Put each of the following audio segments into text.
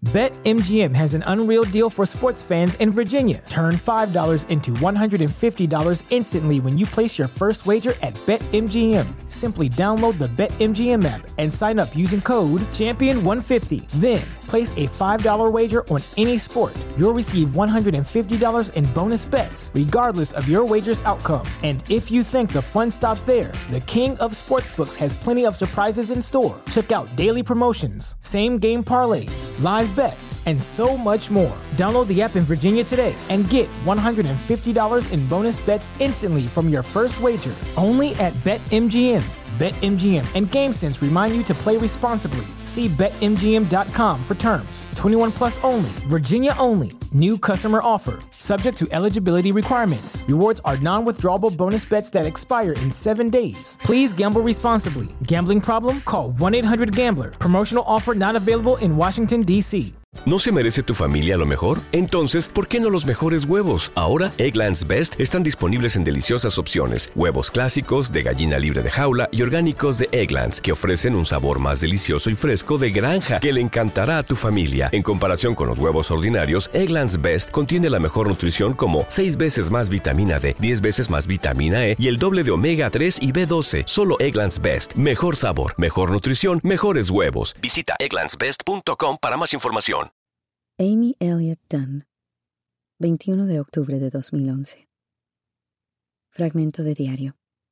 BetMGM has an unreal deal for sports fans in Virginia. Turn $5 into $150 instantly when you place your first wager at BetMGM. Simply download the BetMGM app and sign up using code Champion150. Then, place a $5 wager on any sport. You'll receive $150 in bonus bets, regardless of your wager's outcome. And if you think the fun stops there, the King of Sportsbooks has plenty of surprises in store. Check out daily promotions, same-game parlays, live bets, and so much more. Download the app in Virginia today and get $150 in bonus bets instantly from your first wager. Only at BetMGM. BetMGM and GameSense remind you to play responsibly. See BetMGM.com for terms. 21 plus only. Virginia only. New customer offer. Subject to eligibility requirements. Rewards are non-withdrawable bonus bets that expire in 7 days. Please gamble responsibly. Gambling problem? Call 1-800-GAMBLER. Promotional offer not available in Washington, D.C. ¿No se merece tu familia lo mejor? Entonces, ¿por qué no los mejores huevos? Ahora, Eggland's Best están disponibles en deliciosas opciones. Huevos clásicos, de gallina libre de jaula y orgánicos de Eggland's, que ofrecen un sabor más delicioso y fresco de granja que le encantará a tu familia. En comparación con los huevos ordinarios, Eggland's Best contiene la mejor nutrición como 6 veces más vitamina D, 10 veces más vitamina E y el doble de omega 3 y B12. Solo Eggland's Best. Mejor sabor, mejor nutrición, mejores huevos. Visita egglandsbest.com para más información. Amy Elliott Dunn, 21 de octubre de 2011. Fragmento de diario.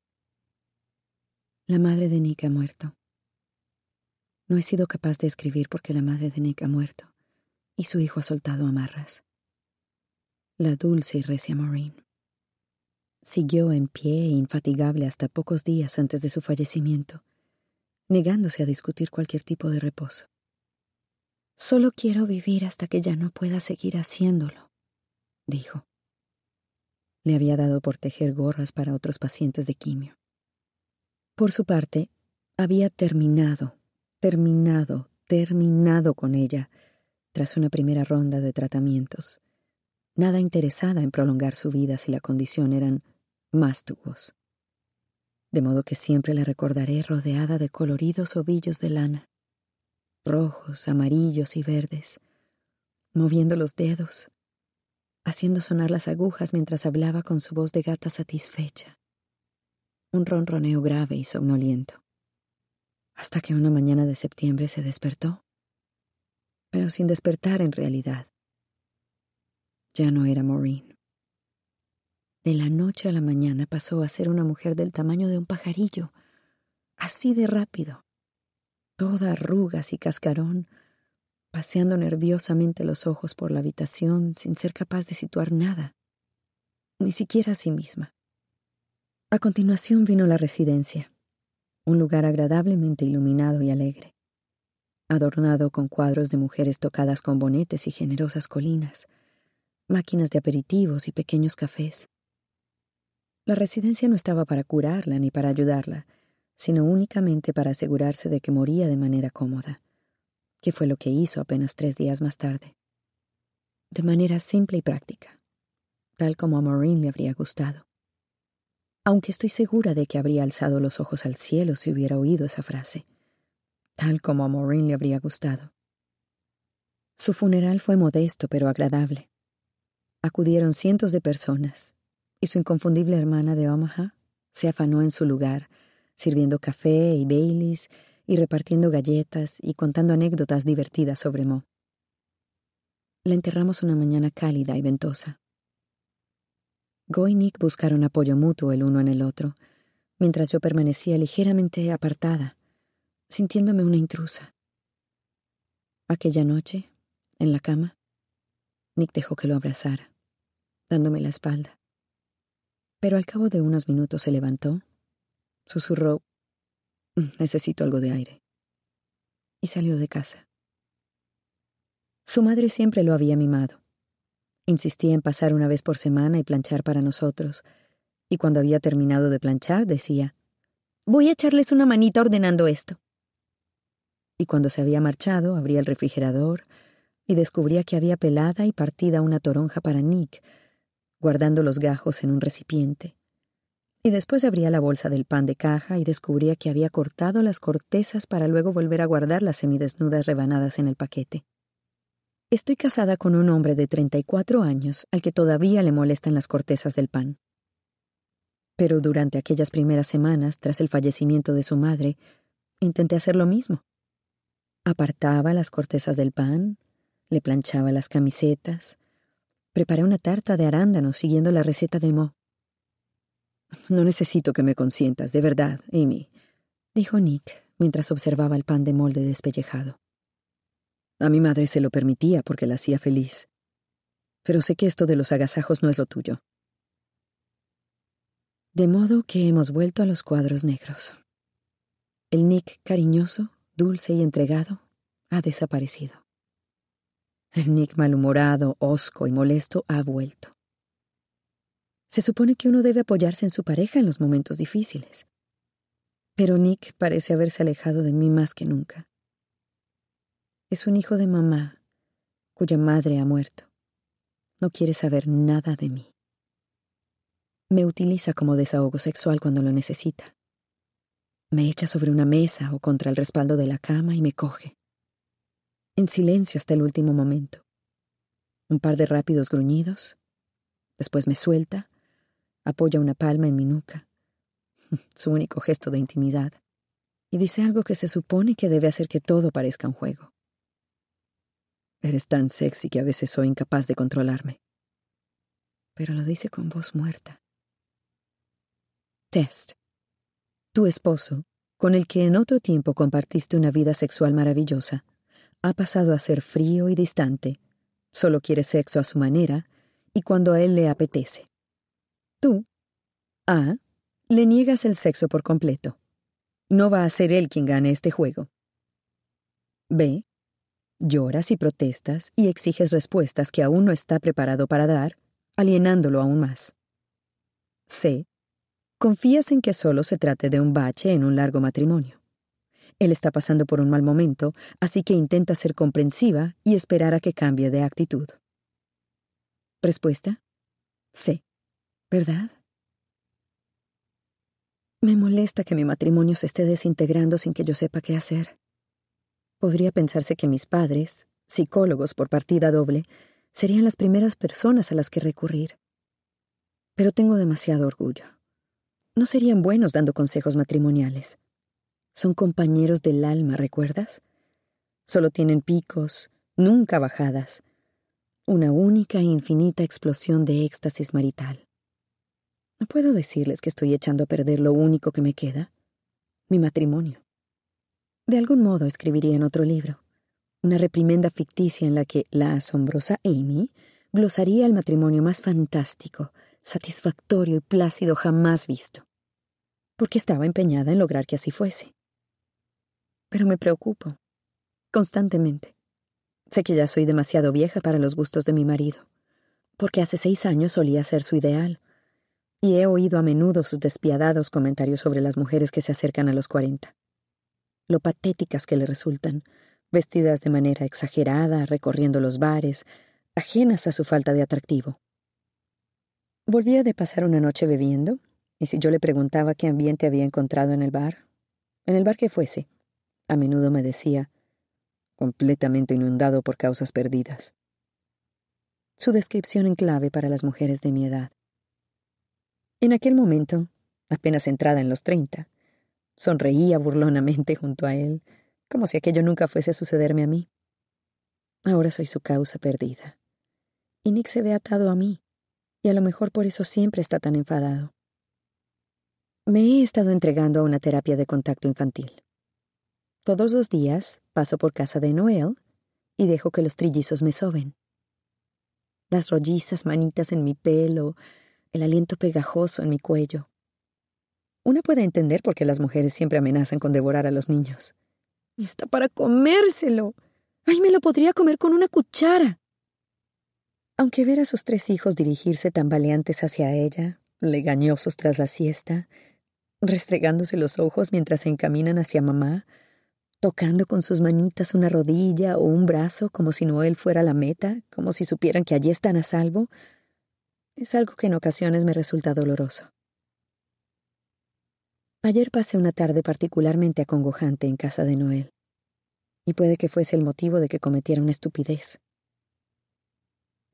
La madre de Nick ha muerto. No he sido capaz de escribir porque la madre de Nick ha muerto y su hijo ha soltado amarras. La dulce y recia Maureen siguió en pie e infatigable hasta pocos días antes de su fallecimiento, negándose a discutir cualquier tipo de reposo. «Solo quiero vivir hasta que ya no pueda seguir haciéndolo», dijo. Le había dado por tejer gorras para otros pacientes de quimio. Por su parte, había terminado con ella tras una primera ronda de tratamientos, nada interesada en prolongar su vida si la condición eran más tubos. De modo que siempre la recordaré rodeada de coloridos ovillos de lana, rojos, amarillos y verdes, moviendo los dedos, haciendo sonar las agujas mientras hablaba con su voz de gata satisfecha, un ronroneo grave y somnoliento, hasta que una mañana de septiembre se despertó, pero sin despertar en realidad. Ya no era Maureen. De la noche a la mañana pasó a ser una mujer del tamaño de un pajarillo, así de rápido, toda arrugas y cascarón, paseando nerviosamente los ojos por la habitación sin ser capaz de situar nada, ni siquiera a sí misma. A continuación vino la residencia, un lugar agradablemente iluminado y alegre, adornado con cuadros de mujeres tocadas con bonetes y generosas colinas, máquinas de aperitivos y pequeños cafés. La residencia no estaba para curarla ni para ayudarla, sino únicamente para asegurarse de que moría de manera cómoda, que fue lo que hizo apenas 3 días más tarde. De manera simple y práctica, tal como a Maureen le habría gustado. Aunque estoy segura de que habría alzado los ojos al cielo si hubiera oído esa frase, tal como a Maureen le habría gustado. Su funeral fue modesto pero agradable. Acudieron cientos de personas, y su inconfundible hermana de Omaha se afanó en su lugar, sirviendo café y Baileys y repartiendo galletas y contando anécdotas divertidas sobre Mo. La enterramos una mañana cálida y ventosa. Go y Nick buscaron apoyo mutuo el uno en el otro, mientras yo permanecía ligeramente apartada, sintiéndome una intrusa. Aquella noche, en la cama, Nick dejó que lo abrazara, dándome la espalda. Pero al cabo de unos minutos se levantó, susurró, «Necesito algo de aire», y salió de casa. Su madre siempre lo había mimado. Insistía en pasar una vez por semana y planchar para nosotros, y cuando había terminado de planchar decía, «Voy a echarles una manita ordenando esto». Y cuando se había marchado, abría el refrigerador y descubría que había pelada y partida una toronja para Nick, guardando los gajos en un recipiente. Y después abría la bolsa del pan de caja y descubría que había cortado las cortezas para luego volver a guardar las semidesnudas rebanadas en el paquete. Estoy casada con un hombre de 34 años al que todavía le molestan las cortezas del pan. Pero durante aquellas primeras semanas, tras el fallecimiento de su madre, intenté hacer lo mismo. Apartaba las cortezas del pan, le planchaba las camisetas, preparé una tarta de arándanos siguiendo la receta de Mo. «No necesito que me consientas, de verdad, Amy», dijo Nick mientras observaba el pan de molde despellejado. «A mi madre se lo permitía porque la hacía feliz. Pero sé que esto de los agasajos no es lo tuyo». De modo que hemos vuelto a los cuadros negros. El Nick cariñoso, dulce y entregado ha desaparecido. El Nick malhumorado, hosco y molesto ha vuelto. Se supone que uno debe apoyarse en su pareja en los momentos difíciles. Pero Nick parece haberse alejado de mí más que nunca. Es un hijo de mamá, cuya madre ha muerto. No quiere saber nada de mí. Me utiliza como desahogo sexual cuando lo necesita. Me echa sobre una mesa o contra el respaldo de la cama y me coge. En silencio hasta el último momento. Un par de rápidos gruñidos. Después me suelta, apoya una palma en mi nuca, su único gesto de intimidad, y dice algo que se supone que debe hacer que todo parezca un juego. «Eres tan sexy que a veces soy incapaz de controlarme». Pero lo dice con voz muerta. Test. Tu esposo, con el que en otro tiempo compartiste una vida sexual maravillosa, ha pasado a ser frío y distante, solo quiere sexo a su manera y cuando a él le apetece. Tú, A, le niegas el sexo por completo. No va a ser él quien gane este juego. B, lloras y protestas y exiges respuestas que aún no está preparado para dar, alienándolo aún más. C, confías en que solo se trate de un bache en un largo matrimonio. Él está pasando por un mal momento, así que intenta ser comprensiva y esperar a que cambie de actitud. Respuesta: C. ¿Verdad? Me molesta que mi matrimonio se esté desintegrando sin que yo sepa qué hacer. Podría pensarse que mis padres, psicólogos por partida doble, serían las primeras personas a las que recurrir. Pero tengo demasiado orgullo. No serían buenos dando consejos matrimoniales. Son compañeros del alma, ¿recuerdas? Solo tienen picos, nunca bajadas. Una única e infinita explosión de éxtasis marital. No puedo decirles que estoy echando a perder lo único que me queda, mi matrimonio. De algún modo escribiría en otro libro, una reprimenda ficticia en la que la asombrosa Amy glosaría el matrimonio más fantástico, satisfactorio y plácido jamás visto, porque estaba empeñada en lograr que así fuese. Pero me preocupo, constantemente. Sé que ya soy demasiado vieja para los gustos de mi marido, porque hace 6 años solía ser su ideal, y he oído a menudo sus despiadados comentarios sobre las mujeres que se acercan a los 40. Lo patéticas que le resultan, vestidas de manera exagerada, recorriendo los bares, ajenas a su falta de atractivo. Volvía de pasar una noche bebiendo, y si yo le preguntaba qué ambiente había encontrado en el bar que fuese, a menudo me decía, completamente inundado por causas perdidas. Su descripción en clave para las mujeres de mi edad. En aquel momento, apenas entrada en los 30, sonreía burlonamente junto a él, como si aquello nunca fuese a sucederme a mí. Ahora soy su causa perdida. Y Nick se ve atado a mí, y a lo mejor por eso siempre está tan enfadado. Me he estado entregando a una terapia de contacto infantil. Todos los días paso por casa de Noel y dejo que los trillizos me soben. Las rollizas manitas en mi pelo, el aliento pegajoso en mi cuello. Una puede entender por qué las mujeres siempre amenazan con devorar a los niños. ¡Está para comérselo! ¡Ay, me lo podría comer con una cuchara! Aunque ver a sus 3 hijos dirigirse tambaleantes hacia ella, legañosos tras la siesta, restregándose los ojos mientras se encaminan hacia mamá, tocando con sus manitas una rodilla o un brazo como si Noel fuera la meta, como si supieran que allí están a salvo, es algo que en ocasiones me resulta doloroso. Ayer pasé una tarde particularmente acongojante en casa de Noel, y puede que fuese el motivo de que cometiera una estupidez.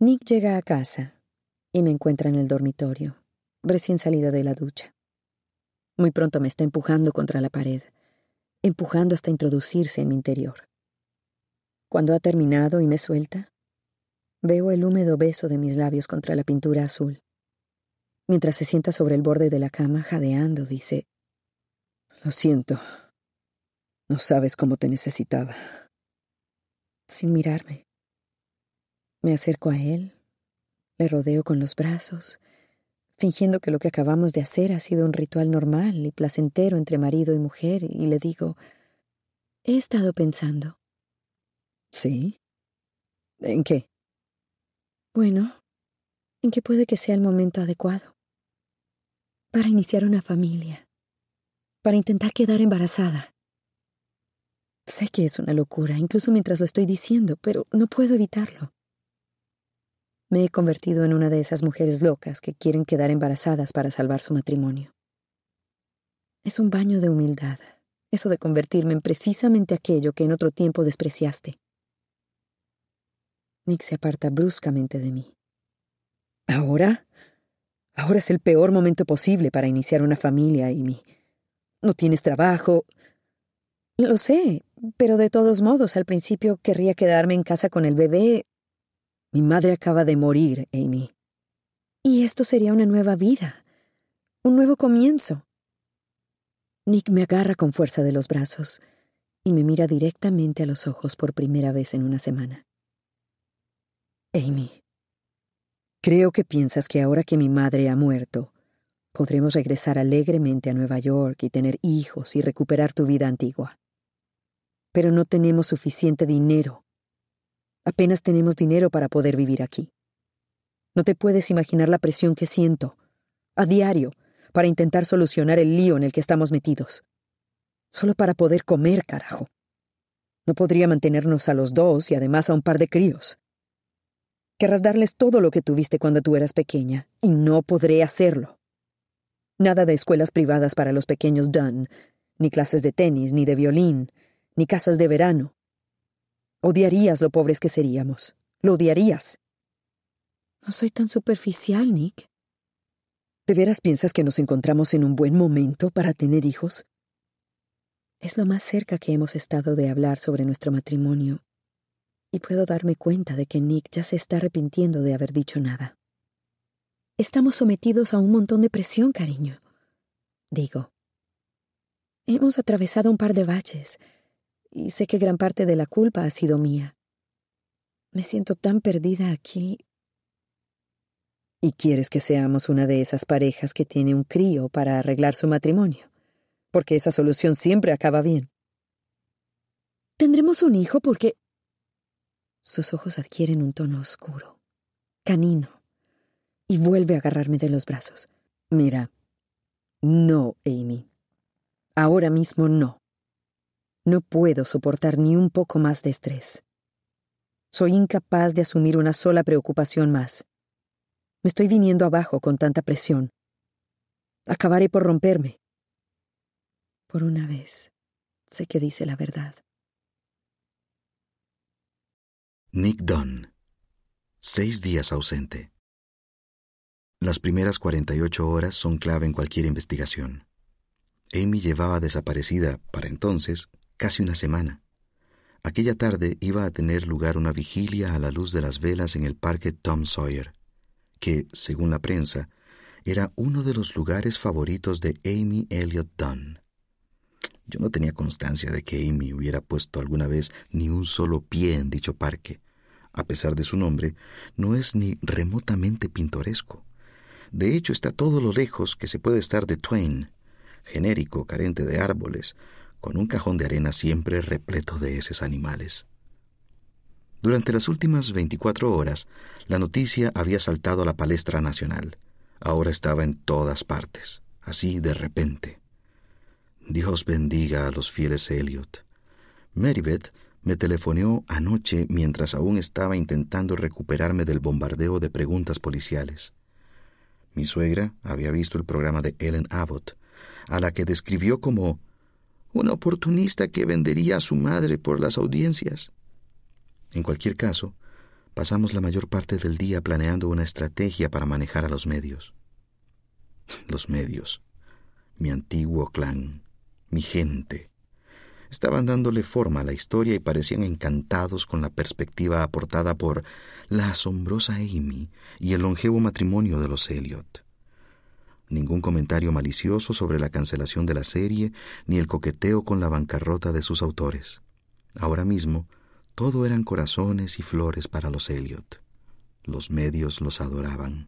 Nick llega a casa y me encuentra en el dormitorio, recién salida de la ducha. Muy pronto me está empujando contra la pared, empujando hasta introducirse en mi interior. Cuando ha terminado y me suelta, veo el húmedo beso de mis labios contra la pintura azul. Mientras se sienta sobre el borde de la cama, jadeando, dice: «Lo siento. No sabes cómo te necesitaba». Sin mirarme. Me acerco a él, le rodeo con los brazos, fingiendo que lo que acabamos de hacer ha sido un ritual normal y placentero entre marido y mujer, y le digo: «He estado pensando». «¿Sí? ¿En qué?» «Bueno, en que puede que sea el momento adecuado para iniciar una familia, para intentar quedar embarazada». Sé que es una locura, incluso mientras lo estoy diciendo, pero no puedo evitarlo. Me he convertido en una de esas mujeres locas que quieren quedar embarazadas para salvar su matrimonio. Es un baño de humildad, eso de convertirme en precisamente aquello que en otro tiempo despreciaste. Nick se aparta bruscamente de mí. ¿Ahora? Ahora es el peor momento posible para iniciar una familia, Amy. No tienes trabajo. Lo sé, pero de todos modos, al principio querría quedarme en casa con el bebé. Mi madre acaba de morir, Amy. Y esto sería una nueva vida, un nuevo comienzo. Nick me agarra con fuerza de los brazos y me mira directamente a los ojos por primera vez en una semana. Amy, creo que piensas que ahora que mi madre ha muerto, podremos regresar alegremente a Nueva York y tener hijos y recuperar tu vida antigua. Pero no tenemos suficiente dinero. Apenas tenemos dinero para poder vivir aquí. No te puedes imaginar la presión que siento, a diario, para intentar solucionar el lío en el que estamos metidos. Solo para poder comer, carajo. No podría mantenernos a los dos y además a un par de críos. Querrás darles todo lo que tuviste cuando tú eras pequeña, y no podré hacerlo. Nada de escuelas privadas para los pequeños Dunn, ni clases de tenis, ni de violín, ni casas de verano. Odiarías lo pobres que seríamos. Lo odiarías. No soy tan superficial, Nick. ¿De veras piensas que nos encontramos en un buen momento para tener hijos? Es lo más cerca que hemos estado de hablar sobre nuestro matrimonio, y puedo darme cuenta de que Nick ya se está arrepintiendo de haber dicho nada. Estamos sometidos a un montón de presión, cariño. Digo. Hemos atravesado un par de baches, y sé que gran parte de la culpa ha sido mía. Me siento tan perdida aquí. ¿Y quieres que seamos una de esas parejas que tiene un crío para arreglar su matrimonio? Porque esa solución siempre acaba bien. Tendremos un hijo porque... Sus ojos adquieren un tono oscuro, canino, y vuelve a agarrarme de los brazos. Mira, no, Amy. Ahora mismo no. No puedo soportar ni un poco más de estrés. Soy incapaz de asumir una sola preocupación más. Me estoy viniendo abajo con tanta presión. Acabaré por romperme. Por una vez, sé que dice la verdad. Nick Dunn. 6 días ausente. Las primeras 48 horas son clave en cualquier investigación. Amy llevaba desaparecida, para entonces, casi una semana. Aquella tarde iba a tener lugar una vigilia a la luz de las velas en el parque Tom Sawyer, que, según la prensa, era uno de los lugares favoritos de Amy Elliott Dunn. Yo no tenía constancia de que Amy hubiera puesto alguna vez ni un solo pie en dicho parque. A pesar de su nombre, no es ni remotamente pintoresco. De hecho, está todo lo lejos que se puede estar de Twain, genérico, carente de árboles, con un cajón de arena siempre repleto de heces animales. Durante las últimas 24 horas, la noticia había saltado a la palestra nacional. Ahora estaba en todas partes, así de repente. Dios bendiga a los fieles Elliott. Marybeth me telefoneó anoche mientras aún estaba intentando recuperarme del bombardeo de preguntas policiales. Mi suegra había visto el programa de Ellen Abbott, a la que describió como una oportunista que vendería a su madre por las audiencias. En cualquier caso, Pasamos la mayor parte del día planeando una estrategia para manejar a los medios. Los medios. Mi antiguo clan. Mi gente. Estaban dándole forma a la historia y parecían encantados con la perspectiva aportada por la asombrosa Amy y el longevo matrimonio de los Elliot. Ningún comentario malicioso sobre la cancelación de la serie ni el coqueteo con la bancarrota de sus autores. Ahora mismo, todo eran corazones y flores para los Elliot. Los medios los adoraban.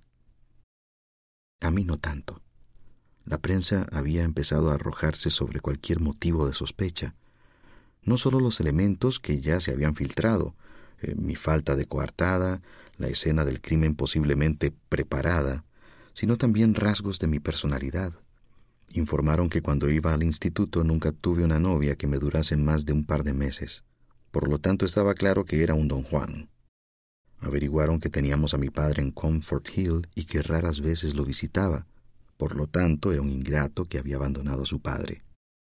A mí no tanto. La prensa había empezado a arrojarse sobre cualquier motivo de sospecha. No solo los elementos que ya se habían filtrado, mi falta de coartada, la escena del crimen posiblemente preparada, sino también rasgos de mi personalidad. Informaron que cuando iba al instituto nunca tuve una novia que me durase más de un par de meses. Por lo tanto, estaba claro que era un don Juan. Averiguaron que teníamos a mi padre en Comfort Hill y que raras veces lo visitaba. Por lo tanto, era un ingrato que había abandonado a su padre.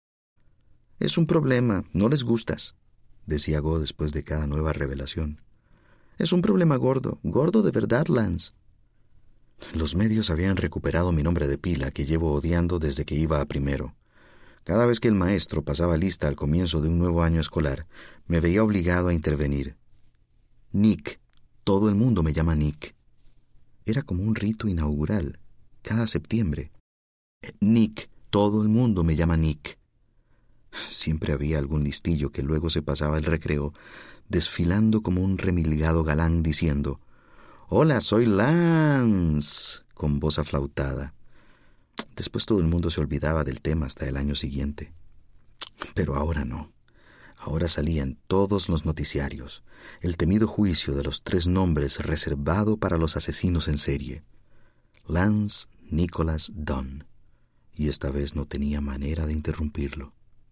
«Es un problema, no les gustas», decía Go después de cada nueva revelación. «Es un problema gordo, gordo de verdad, Lance». Los medios habían recuperado mi nombre de pila, que llevo odiando desde que iba a primero. Cada vez que el maestro pasaba lista al comienzo de un nuevo año escolar, me veía obligado a intervenir. Nick. Todo el mundo me llama Nick. Era como un rito inaugural, cada septiembre. Nick. Todo el mundo me llama Nick. Siempre había algún listillo que luego se pasaba el recreo, desfilando como un remilgado galán diciendo: «Hola, soy Lance», con voz aflautada. Después todo el mundo se olvidaba del tema hasta el año siguiente. Pero ahora no. Ahora salía en todos los noticiarios el temido juicio de los 3 nombres reservado para los asesinos en serie. Lance Nicholas Dunn. Y esta vez no tenía manera de interrumpirlo.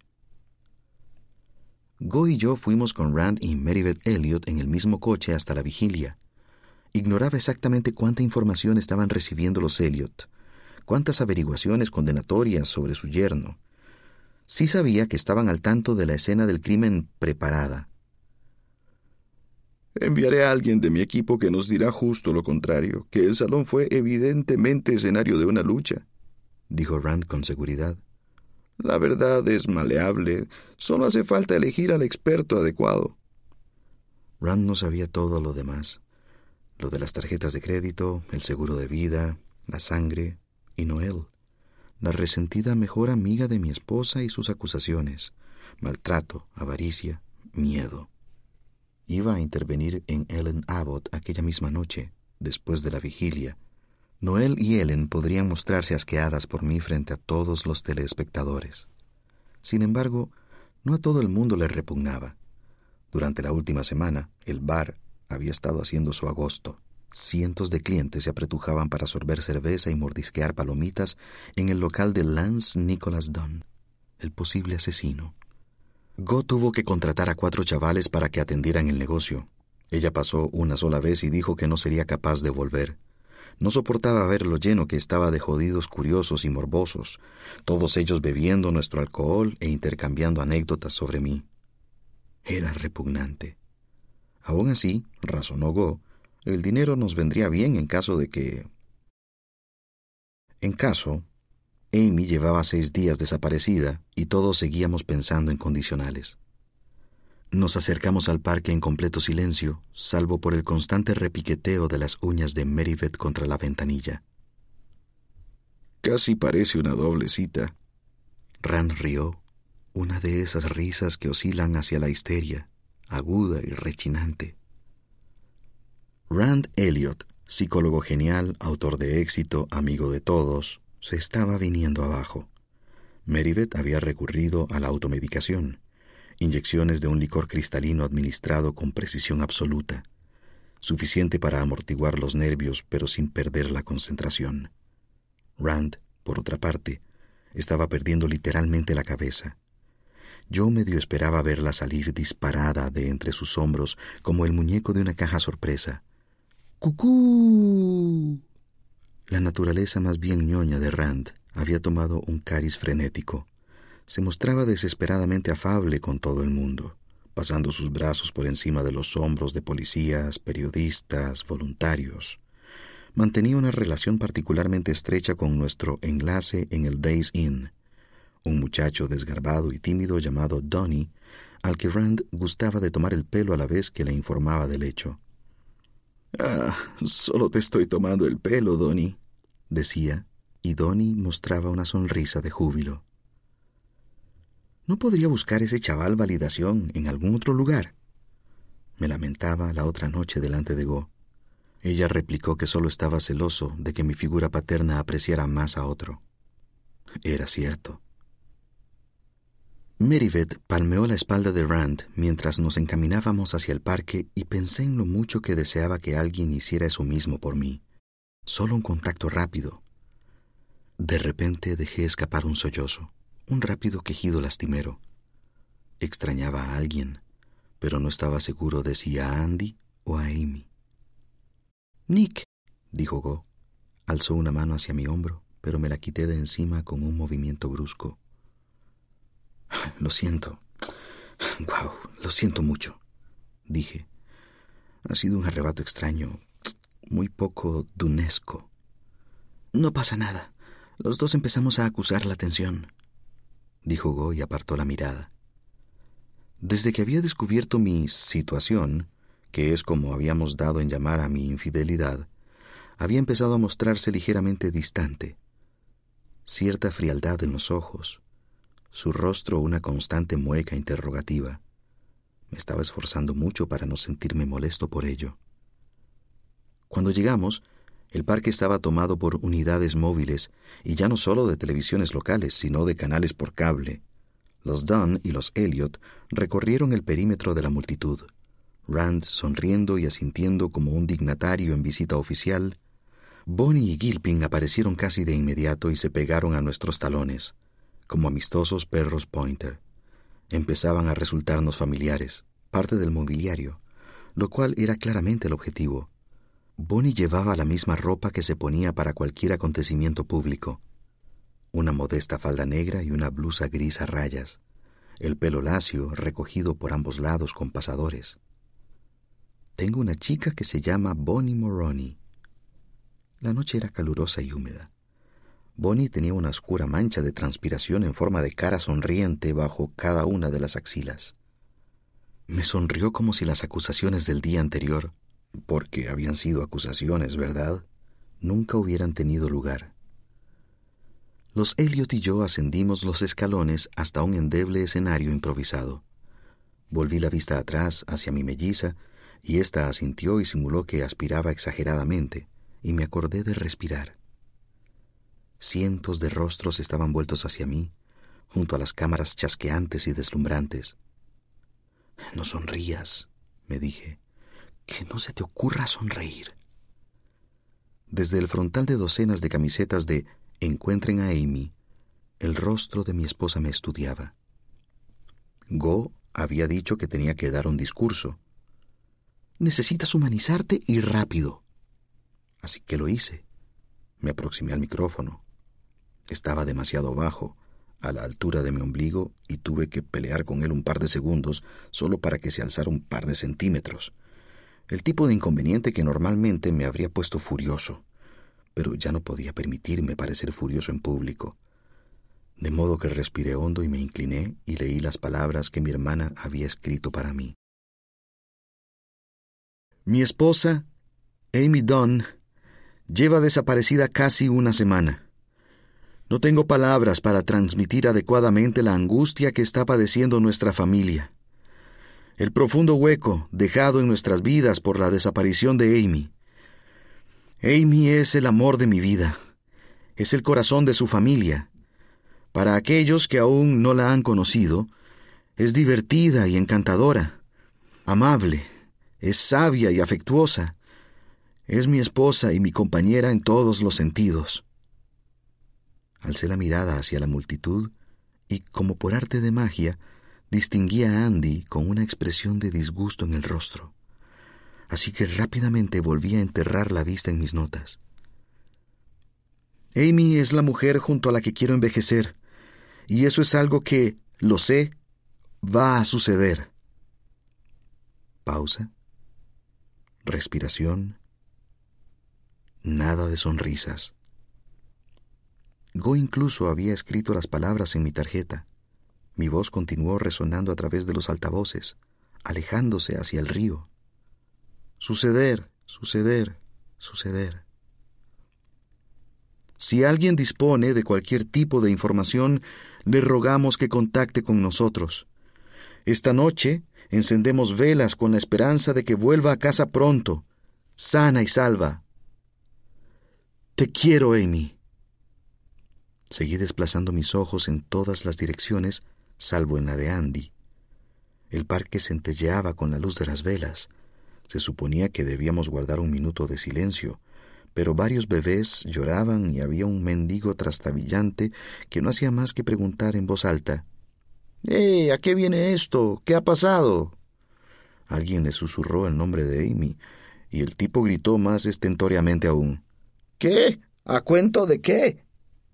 Go y yo fuimos con Rand y Meriveth Elliot en el mismo coche hasta la vigilia. Ignoraba exactamente cuánta información estaban recibiendo los Elliot, cuántas averiguaciones condenatorias sobre su yerno. Sí sabía que estaban al tanto de la escena del crimen preparada. «Enviaré a alguien de mi equipo que nos dirá justo lo contrario, que el salón fue evidentemente escenario de una lucha», dijo Rand con seguridad. «La verdad es maleable, solo hace falta elegir al experto adecuado». Rand no sabía todo lo demás. Lo de las tarjetas de crédito, el seguro de vida, la sangre y Noel, la resentida mejor amiga de mi esposa y sus acusaciones, maltrato, avaricia, miedo. Iba a intervenir en Ellen Abbott aquella misma noche, después de la vigilia. Noel y Ellen podrían mostrarse asqueadas por mí frente a todos los telespectadores. Sin embargo, no a todo el mundo le repugnaba. Durante la última semana, el bar había estado haciendo su agosto. Cientos de clientes se apretujaban para sorber cerveza y mordisquear palomitas en el local de Lance Nicholas Dunn, el posible asesino. Go tuvo que contratar a 4 chavales para que atendieran el negocio. Ella pasó una sola vez y dijo que no sería capaz de volver. No soportaba ver lo lleno que estaba de jodidos curiosos y morbosos, todos ellos bebiendo nuestro alcohol e intercambiando anécdotas sobre mí. Era repugnante. Aún así, razonó Go, el dinero nos vendría bien en caso de que... En caso, Amy llevaba 6 días desaparecida y todos seguíamos pensando en condicionales. Nos acercamos al parque en completo silencio, salvo por el constante repiqueteo de las uñas de Meriveth contra la ventanilla. «Casi parece una doble cita». Rand rió, una de esas risas que oscilan hacia la histeria, aguda y rechinante. Rand Elliot, psicólogo genial, autor de éxito, amigo de todos, se estaba viniendo abajo. Meriveth había recurrido a la automedicación, inyecciones de un licor cristalino administrado con precisión absoluta, suficiente para amortiguar los nervios pero sin perder la concentración. Rand, por otra parte, estaba perdiendo literalmente la cabeza. Yo medio esperaba verla salir disparada de entre sus hombros como el muñeco de una caja sorpresa. ¡Cucú! La naturaleza más bien ñoña de Rand había tomado un cariz frenético. Se mostraba desesperadamente afable con todo el mundo. pasando sus brazos por encima de los hombros de policías, periodistas, voluntarios. Mantenía una relación particularmente estrecha con nuestro enlace en el Days Inn, un muchacho desgarbado y tímido llamado Donnie, al que Rand gustaba de tomar el pelo a la vez que le informaba del hecho. Solo te estoy tomando el pelo, Donnie, decía, y Donnie mostraba una sonrisa de júbilo. ¿No podría buscar ese chaval validación en algún otro lugar? Me lamentaba la otra noche delante de Go. Ella replicó que solo estaba celoso de que mi figura paterna apreciara más a otro. Era cierto. Meriveth palmeó la espalda de Rand mientras nos encaminábamos hacia el parque y pensé en lo mucho que deseaba que alguien hiciera eso mismo por mí. Solo un contacto rápido. De repente dejé escapar un sollozo, un rápido quejido lastimero. Extrañaba a alguien, pero no estaba seguro de si a Andy o a Amy. «Nick», dijo Go. Alzó una mano hacia mi hombro, pero me la quité de encima con un movimiento brusco. «Lo siento. Lo siento mucho», dije. «Ha sido un arrebato extraño, muy poco dunesco». «No pasa nada. Los dos empezamos a acusar la atención», dijo Go y apartó la mirada. Desde que había descubierto mi situación, que es como habíamos dado en llamar a mi infidelidad, había empezado a mostrarse ligeramente distante. Cierta frialdad en los ojos, su rostro una constante mueca interrogativa. Me estaba esforzando mucho para no sentirme molesto por ello. Cuando llegamos, el parque estaba tomado por unidades móviles, y ya no solo de televisiones locales, sino de canales por cable. Los Dunn y los Elliot recorrieron el perímetro de la multitud. Rand sonriendo y asintiendo como un dignatario en visita oficial. Bonnie y Gilpin aparecieron casi de inmediato y se pegaron a nuestros talones, como amistosos perros pointer. Empezaban a resultarnos familiares, parte del mobiliario, lo cual era claramente el objetivo. Bonnie llevaba la misma ropa que se ponía para cualquier acontecimiento público. Una modesta falda negra y una blusa gris a rayas, el pelo lacio recogido por ambos lados con pasadores. Tengo una chica que se llama Bonnie Moroney. La noche era calurosa y húmeda. Bonnie tenía una oscura mancha de transpiración en forma de cara sonriente bajo cada una de las axilas. Me sonrió como si las acusaciones del día anterior, porque habían sido acusaciones, ¿verdad?, nunca hubieran tenido lugar. Los Elliot y yo ascendimos los escalones hasta un endeble escenario improvisado. Volví la vista atrás hacia mi melliza, y ésta asintió y simuló que aspiraba exageradamente, y me acordé de respirar. Cientos de rostros estaban vueltos hacia mí, junto a las cámaras chasqueantes y deslumbrantes. «No sonrías», me dije. «Que no se te ocurra sonreír». Desde el frontal de docenas de camisetas de «Encuentren a Amy», el rostro de mi esposa me estudiaba. Go había dicho que tenía que dar un discurso. «Necesitas humanizarte y rápido». Así que lo hice. Me aproximé al micrófono. Estaba demasiado bajo, a la altura de mi ombligo, y tuve que pelear con él un par de segundos solo para que se alzara un par de centímetros. El tipo de inconveniente que normalmente me habría puesto furioso, pero ya no podía permitirme parecer furioso en público. De modo que respiré hondo y me incliné y leí las palabras que mi hermana había escrito para mí. Mi esposa, Amy Dunn, lleva desaparecida casi una semana. No tengo palabras para transmitir adecuadamente la angustia que está padeciendo nuestra familia. El profundo hueco dejado en nuestras vidas por la desaparición de Amy. Amy es el amor de mi vida. Es el corazón de su familia. Para aquellos que aún no la han conocido, es divertida y encantadora, amable, es sabia y afectuosa. Es mi esposa y mi compañera en todos los sentidos. Alcé la mirada hacia la multitud y, como por arte de magia, distinguí a Andy con una expresión de disgusto en el rostro. Así que rápidamente volví a enterrar la vista en mis notas. Amy es la mujer junto a la que quiero envejecer, y eso es algo que, lo sé, va a suceder. Pausa. Respiración. Nada de sonrisas. Go incluso había escrito las palabras en mi tarjeta. Mi voz continuó resonando a través de los altavoces, alejándose hacia el río. Suceder, suceder, suceder. Si alguien dispone de cualquier tipo de información, le rogamos que contacte con nosotros. Esta noche encendemos velas con la esperanza de que vuelva a casa pronto, sana y salva. Te quiero, Amy. Seguí desplazando mis ojos en todas las direcciones, salvo en la de Andy. El parque centelleaba con la luz de las velas. Se suponía que debíamos guardar un minuto de silencio, pero varios bebés lloraban y había un mendigo trastabillante que no hacía más que preguntar en voz alta: ¿A qué viene esto? ¿Qué ha pasado? Alguien le susurró el nombre de Amy, y el tipo gritó más estentóreamente aún: ¿Qué? ¿A cuento de qué?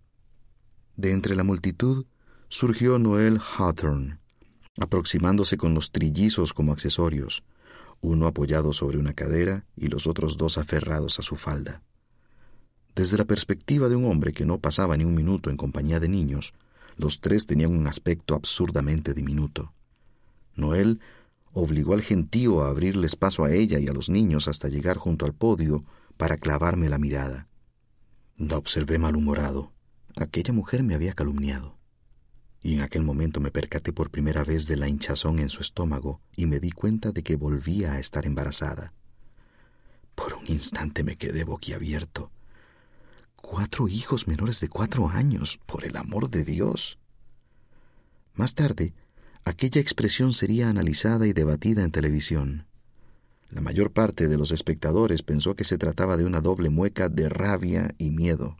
De entre la multitud surgió Noel Hawthorne, aproximándose con los trillizos como accesorios, uno apoyado sobre una cadera y los otros dos aferrados a su falda. Desde la perspectiva de un hombre que no pasaba ni un minuto en compañía de niños, los tres tenían un aspecto absurdamente diminuto. Noel obligó al gentío a abrirles paso a ella y a los niños hasta llegar junto al podio para clavarme la mirada. La observé malhumorado. Aquella mujer me había calumniado. Y en aquel momento me percaté por primera vez de la hinchazón en su estómago y me di cuenta de que volvía a estar embarazada. Por un instante me quedé boquiabierto. 4 hijos menores de 4 años, por el amor de Dios. Más tarde, aquella expresión sería analizada y debatida en televisión. La mayor parte de los espectadores pensó que se trataba de una doble mueca de rabia y miedo.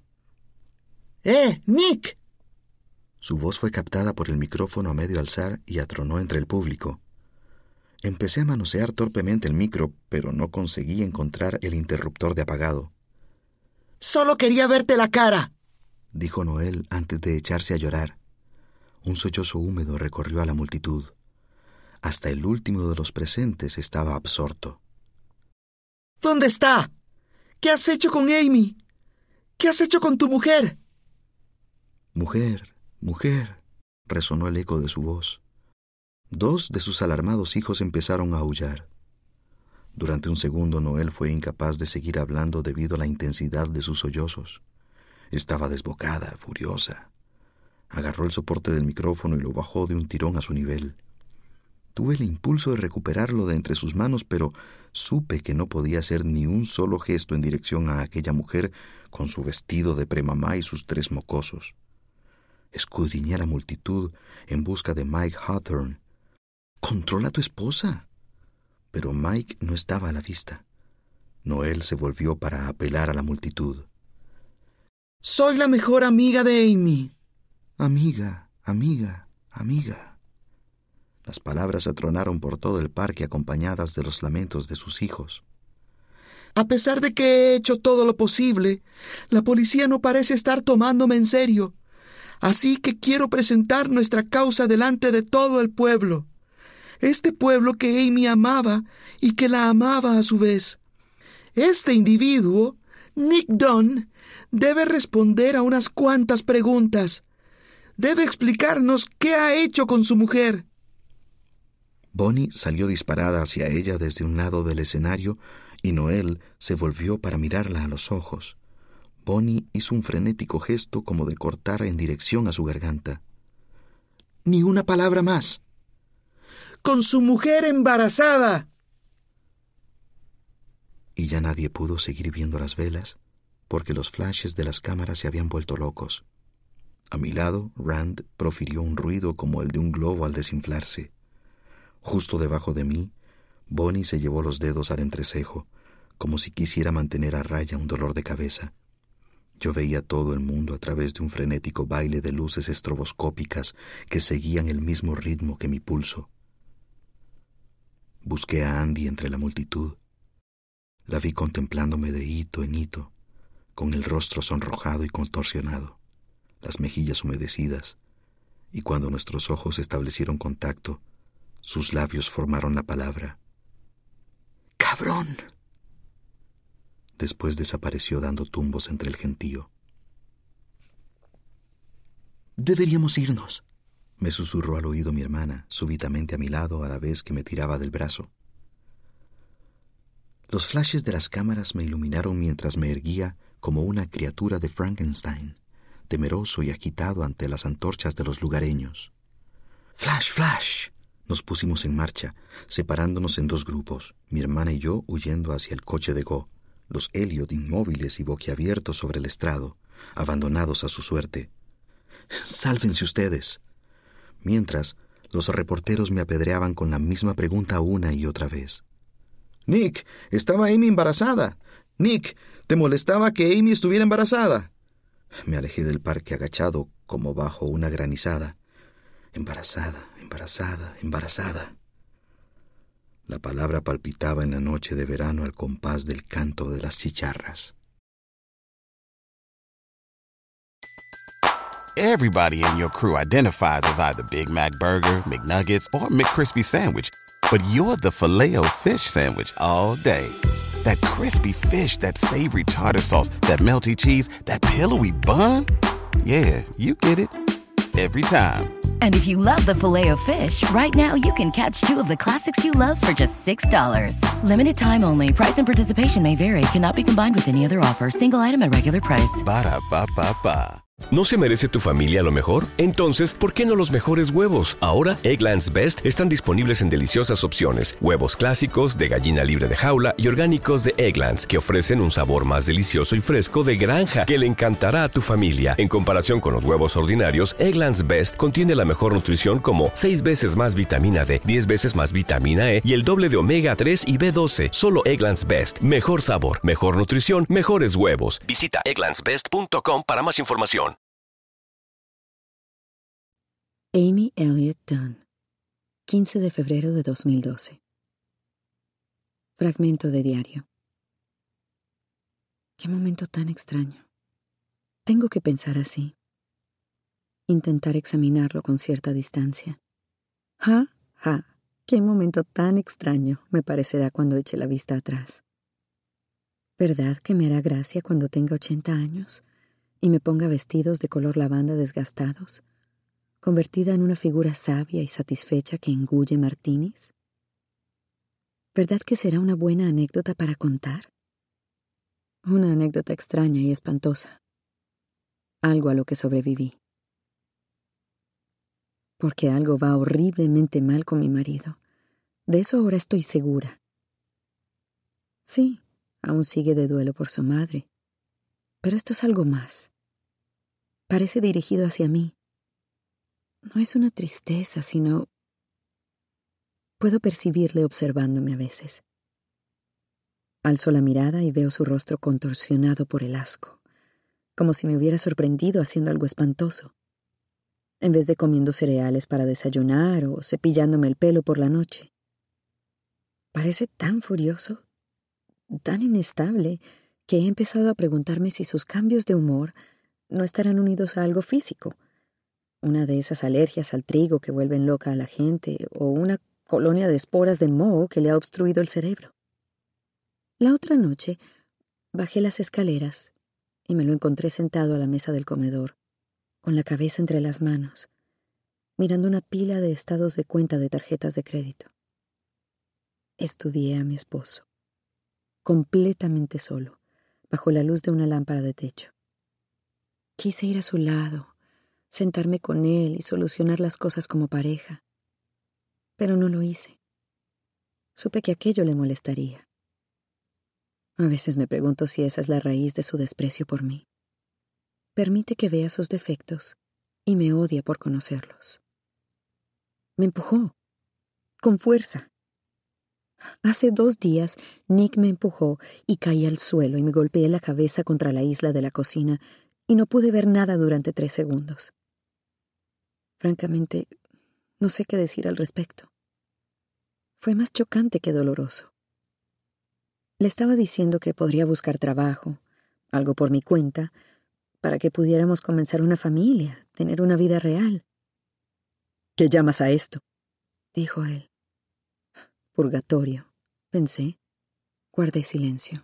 ¡Nick! Su voz fue captada por el micrófono a medio alzar y atronó entre el público. Empecé a manosear torpemente el micro, pero no conseguí encontrar el interruptor de apagado. «Solo quería verte la cara», dijo Noel antes de echarse a llorar. Un sollozo húmedo recorrió a la multitud. Hasta el último de los presentes estaba absorto. «¿Dónde está? ¿Qué has hecho con Amy? ¿Qué has hecho con tu mujer?» «Mujer, mujer», resonó el eco de su voz. 2 de sus alarmados hijos empezaron a aullar. Durante un segundo Noel fue incapaz de seguir hablando debido a la intensidad de sus sollozos. Estaba desbocada, furiosa. Agarró el soporte del micrófono y lo bajó de un tirón a su nivel. Tuve el impulso de recuperarlo de entre sus manos, pero supe que no podía hacer ni un solo gesto en dirección a aquella mujer con su vestido de premamá y sus 3 mocosos. Escudriñé a la multitud en busca de Mike Hawthorne. «¡Controla a tu esposa!» Pero Mike no estaba a la vista. Noel se volvió para apelar a la multitud. «Soy la mejor amiga de Amy». «Amiga, amiga, amiga». Las palabras atronaron por todo el parque acompañadas de los lamentos de sus hijos. «A pesar de que he hecho todo lo posible, la policía no parece estar tomándome en serio. Así que quiero presentar nuestra causa delante de todo el pueblo. Este pueblo que Amy amaba y que la amaba a su vez. Este individuo, Nick Dunn, debe responder a unas cuantas preguntas. Debe explicarnos qué ha hecho con su mujer». Bonnie salió disparada hacia ella desde un lado del escenario y Noel se volvió para mirarla a los ojos. Bonnie hizo un frenético gesto como de cortar en dirección a su garganta. «Ni una palabra más». «¡Con su mujer embarazada!» Y ya nadie pudo seguir viendo las velas, porque los flashes de las cámaras se habían vuelto locos. A mi lado, Rand profirió un ruido como el de un globo al desinflarse. Justo debajo de mí, Bonnie se llevó los dedos al entrecejo, como si quisiera mantener a raya un dolor de cabeza. Yo veía todo el mundo a través de un frenético baile de luces estroboscópicas que seguían el mismo ritmo que mi pulso. Busqué a Andy entre la multitud. La vi contemplándome de hito en hito, con el rostro sonrojado y contorsionado, las mejillas humedecidas, y cuando nuestros ojos establecieron contacto, sus labios formaron la palabra ¡Cabrón! Después desapareció dando tumbos entre el gentío. «Deberíamos irnos», me susurró al oído mi hermana, súbitamente a mi lado a la vez que me tiraba del brazo. Los flashes de las cámaras me iluminaron mientras me erguía como una criatura de Frankenstein, temeroso y agitado ante las antorchas de los lugareños. ¡Flash, flash! Nos pusimos en marcha, separándonos en dos grupos, mi hermana y yo huyendo hacia el coche de Go, los Elliot inmóviles y boquiabiertos sobre el estrado, abandonados a su suerte. ¡Sálvense ustedes! Mientras, los reporteros me apedreaban con la misma pregunta una y otra vez. «Nick, estaba Amy embarazada. Nick, ¿te molestaba que Amy estuviera embarazada?» Me alejé del parque agachado como bajo una granizada. Embarazada, embarazada, embarazada. La palabra palpitaba en la noche de verano al compás del canto de las chicharras. Everybody in your crew identifies as either Big Mac Burger, McNuggets, or McCrispy Sandwich. But you're the Filet-O-Fish Sandwich all day. That crispy fish, that savory tartar sauce, that melty cheese, that pillowy bun. Yeah, you get it. Every time. And if you love the Filet-O-Fish, right now you can catch two of the classics you love for just $6. Limited time only. Price and participation may vary. Cannot be combined with any other offer. Single item at regular price. Ba-da-ba-ba-ba. ¿No se merece tu familia lo mejor? Entonces, ¿por qué no los mejores huevos? Ahora, Eggland's Best están disponibles en deliciosas opciones. Huevos clásicos, de gallina libre de jaula y orgánicos de Eggland's, que ofrecen un sabor más delicioso y fresco de granja que le encantará a tu familia. En comparación con los huevos ordinarios, Eggland's Best contiene la mejor nutrición como 6 veces más vitamina D, 10 veces más vitamina E y el doble de omega 3 y B12. Solo Eggland's Best. Mejor sabor, mejor nutrición, mejores huevos. Visita egglandsbest.com para más información. Amy Elliott Dunn, 15 de febrero de 2012. Fragmento de diario. Qué momento tan extraño. Tengo que pensar así. Intentar examinarlo con cierta distancia. Qué momento tan extraño me parecerá cuando eche la vista atrás. ¿Verdad que me hará gracia cuando tenga 80 años y me ponga vestidos de color lavanda desgastados, convertida en una figura sabia y satisfecha que engulle martinis? ¿Verdad que será una buena anécdota para contar? Una anécdota extraña y espantosa. Algo a lo que sobreviví. Porque algo va horriblemente mal con mi marido. De eso ahora estoy segura. Sí, aún sigue de duelo por su madre. Pero esto es algo más. Parece dirigido hacia mí. No es una tristeza, sino... Puedo percibirle observándome a veces. Alzo la mirada y veo su rostro contorsionado por el asco, como si me hubiera sorprendido haciendo algo espantoso, en vez de comiendo cereales para desayunar o cepillándome el pelo por la noche. Parece tan furioso, tan inestable, que he empezado a preguntarme si sus cambios de humor no estarán unidos a algo físico. Una de esas alergias al trigo que vuelven loca a la gente, o una colonia de esporas de moho que le ha obstruido el cerebro. La otra noche bajé las escaleras y me lo encontré sentado a la mesa del comedor, con la cabeza entre las manos, mirando una pila de estados de cuenta de tarjetas de crédito. Estudié a mi esposo, completamente solo, bajo la luz de una lámpara de techo. Quise ir a su lado, sentarme con él y solucionar las cosas como pareja. Pero no lo hice. Supe que aquello le molestaría. A veces me pregunto si esa es la raíz de su desprecio por mí. Permite que vea sus defectos y me odia por conocerlos. Me empujó, con fuerza. Hace 2 días, Nick me empujó y caí al suelo y me golpeé la cabeza contra la isla de la cocina y no pude ver nada durante 3 segundos. Francamente, no sé qué decir al respecto. Fue más chocante que doloroso. Le estaba diciendo que podría buscar trabajo, algo por mi cuenta, para que pudiéramos comenzar una familia, tener una vida real. ¿Qué llamas a esto?, dijo él. Purgatorio, pensé. Guardé silencio.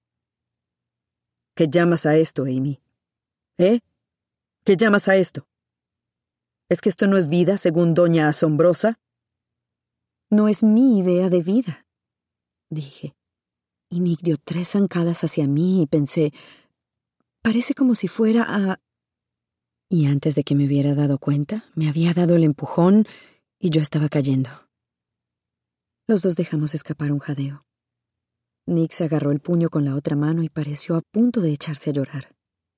¿Qué llamas a esto, Amy? ¿Eh? ¿Qué llamas a esto? ¿Es que esto no es vida, según Doña Asombrosa? No es mi idea de vida, dije. Y Nick dio 3 zancadas hacia mí y pensé, parece como si fuera a... Y antes de que me hubiera dado cuenta, me había dado el empujón y yo estaba cayendo. Los dos dejamos escapar un jadeo. Nick se agarró el puño con la otra mano y pareció a punto de echarse a llorar.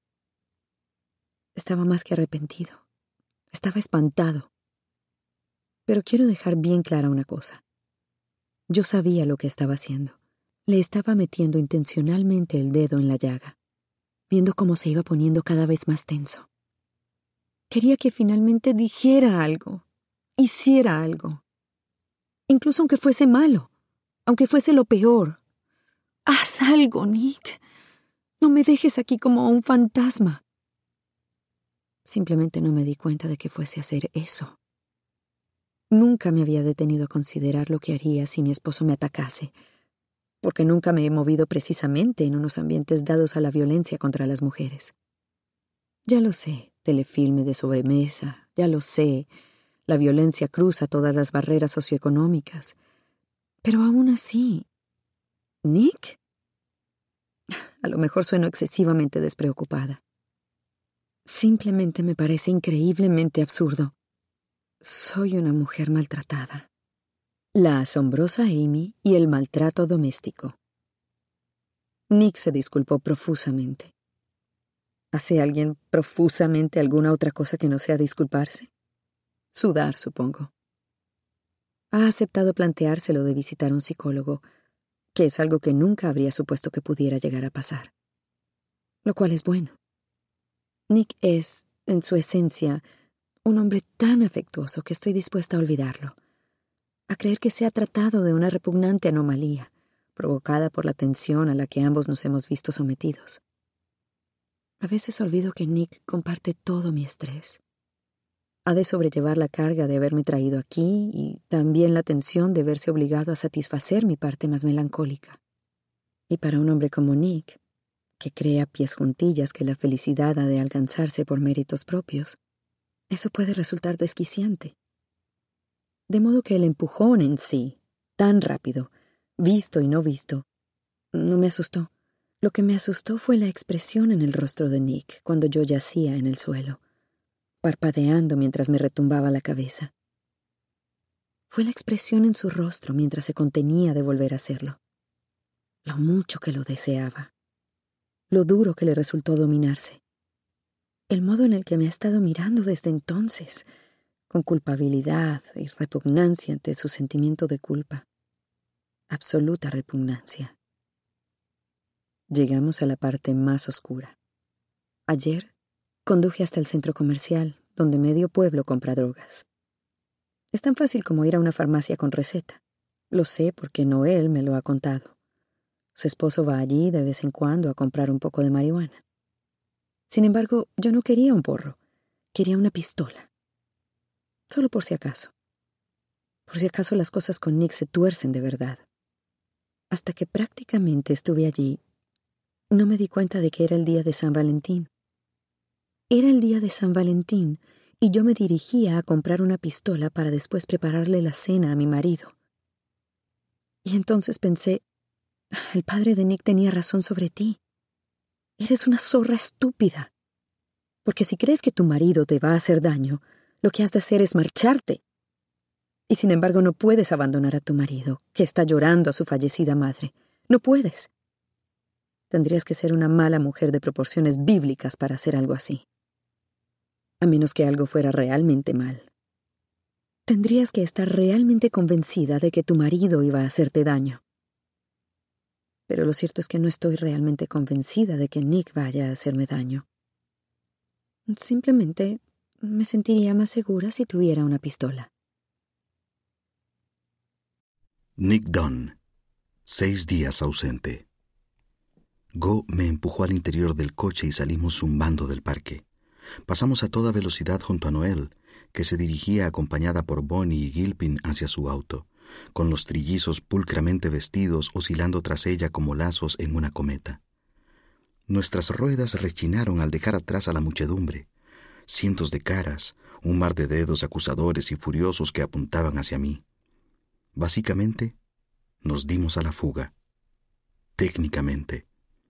Estaba más que arrepentido. Estaba espantado. Pero quiero dejar bien clara una cosa. Yo sabía lo que estaba haciendo. Le estaba metiendo intencionalmente el dedo en la llaga, viendo cómo se iba poniendo cada vez más tenso. Quería que finalmente dijera algo, hiciera algo. Incluso aunque fuese malo, aunque fuese lo peor. Haz algo, Nick. No me dejes aquí como un fantasma. Simplemente no me di cuenta de que fuese a hacer eso. Nunca me había detenido a considerar lo que haría si mi esposo me atacase, porque nunca me he movido precisamente en unos ambientes dados a la violencia contra las mujeres. Ya lo sé, telefilme de sobremesa, ya lo sé, la violencia cruza todas las barreras socioeconómicas. Pero aún así... ¿Nick? A lo mejor sueno excesivamente despreocupada. Simplemente me parece increíblemente absurdo. Soy una mujer maltratada. La asombrosa Amy y el maltrato doméstico. Nick se disculpó profusamente. ¿Hace alguien profusamente alguna otra cosa que no sea disculparse? Sudar, supongo. Ha aceptado planteárselo de visitar un psicólogo, que es algo que nunca habría supuesto que pudiera llegar a pasar. Lo cual es bueno. Nick es, en su esencia, un hombre tan afectuoso que estoy dispuesta a olvidarlo, a creer que se ha tratado de una repugnante anomalía, provocada por la tensión a la que ambos nos hemos visto sometidos. A veces olvido que Nick comparte todo mi estrés. Ha de sobrellevar la carga de haberme traído aquí y también la tensión de verse obligado a satisfacer mi parte más melancólica. Y para un hombre como Nick, que cree a pies juntillas que la felicidad ha de alcanzarse por méritos propios, eso puede resultar desquiciante. De modo que el empujón en sí, tan rápido, visto y no visto, no me asustó. Lo que me asustó fue la expresión en el rostro de Nick cuando yo yacía en el suelo, parpadeando mientras me retumbaba la cabeza. Fue la expresión en su rostro mientras se contenía de volver a hacerlo. Lo mucho que lo deseaba. Lo duro que le resultó dominarse. El modo en el que me ha estado mirando desde entonces, con culpabilidad y repugnancia ante su sentimiento de culpa. Absoluta repugnancia. Llegamos a la parte más oscura. Ayer conduje hasta el centro comercial, donde medio pueblo compra drogas. Es tan fácil como ir a una farmacia con receta. Lo sé porque Noel me lo ha contado. Su esposo va allí de vez en cuando a comprar un poco de marihuana. Sin embargo, yo no quería un porro. Quería una pistola. Solo por si acaso. Por si acaso las cosas con Nick se tuercen de verdad. Hasta que prácticamente estuve allí, no me di cuenta de que era el día de San Valentín. Era el día de San Valentín y yo me dirigía a comprar una pistola para después prepararle la cena a mi marido. Y entonces pensé, el padre de Nick tenía razón sobre ti. Eres una zorra estúpida. Porque si crees que tu marido te va a hacer daño, lo que has de hacer es marcharte. Y sin embargo no puedes abandonar a tu marido, que está llorando a su fallecida madre. No puedes. Tendrías que ser una mala mujer de proporciones bíblicas para hacer algo así. A menos que algo fuera realmente mal. Tendrías que estar realmente convencida de que tu marido iba a hacerte daño. Pero lo cierto es que no estoy realmente convencida de que Nick vaya a hacerme daño. Simplemente me sentiría más segura si tuviera una pistola. Nick Dunn, 6 días ausente. Go me empujó al interior del coche y salimos zumbando del parque. Pasamos a toda velocidad junto a Noel, que se dirigía acompañada por Bonnie y Gilpin hacia su auto, con los trillizos pulcramente vestidos oscilando tras ella como lazos en una cometa. Nuestras ruedas rechinaron al dejar atrás a la muchedumbre. Cientos de caras, un mar de dedos acusadores y furiosos que apuntaban hacia mí. Básicamente, nos dimos a la fuga. Técnicamente.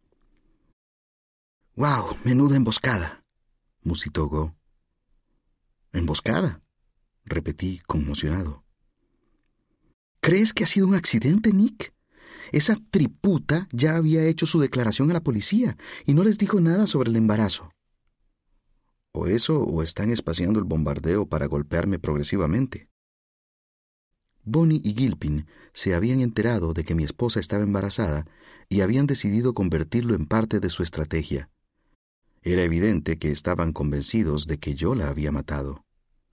«¡Wow! ¡Menuda emboscada!», musitó Go. «¿Emboscada?», repetí, conmocionado. «¿Crees que ha sido un accidente, Nick? Esa triputa ya había hecho su declaración a la policía y no les dijo nada sobre el embarazo». «O eso, o están espaciando el bombardeo para golpearme progresivamente». Bonnie y Gilpin se habían enterado de que mi esposa estaba embarazada y habían decidido convertirlo en parte de su estrategia. Era evidente que estaban convencidos de que yo la había matado.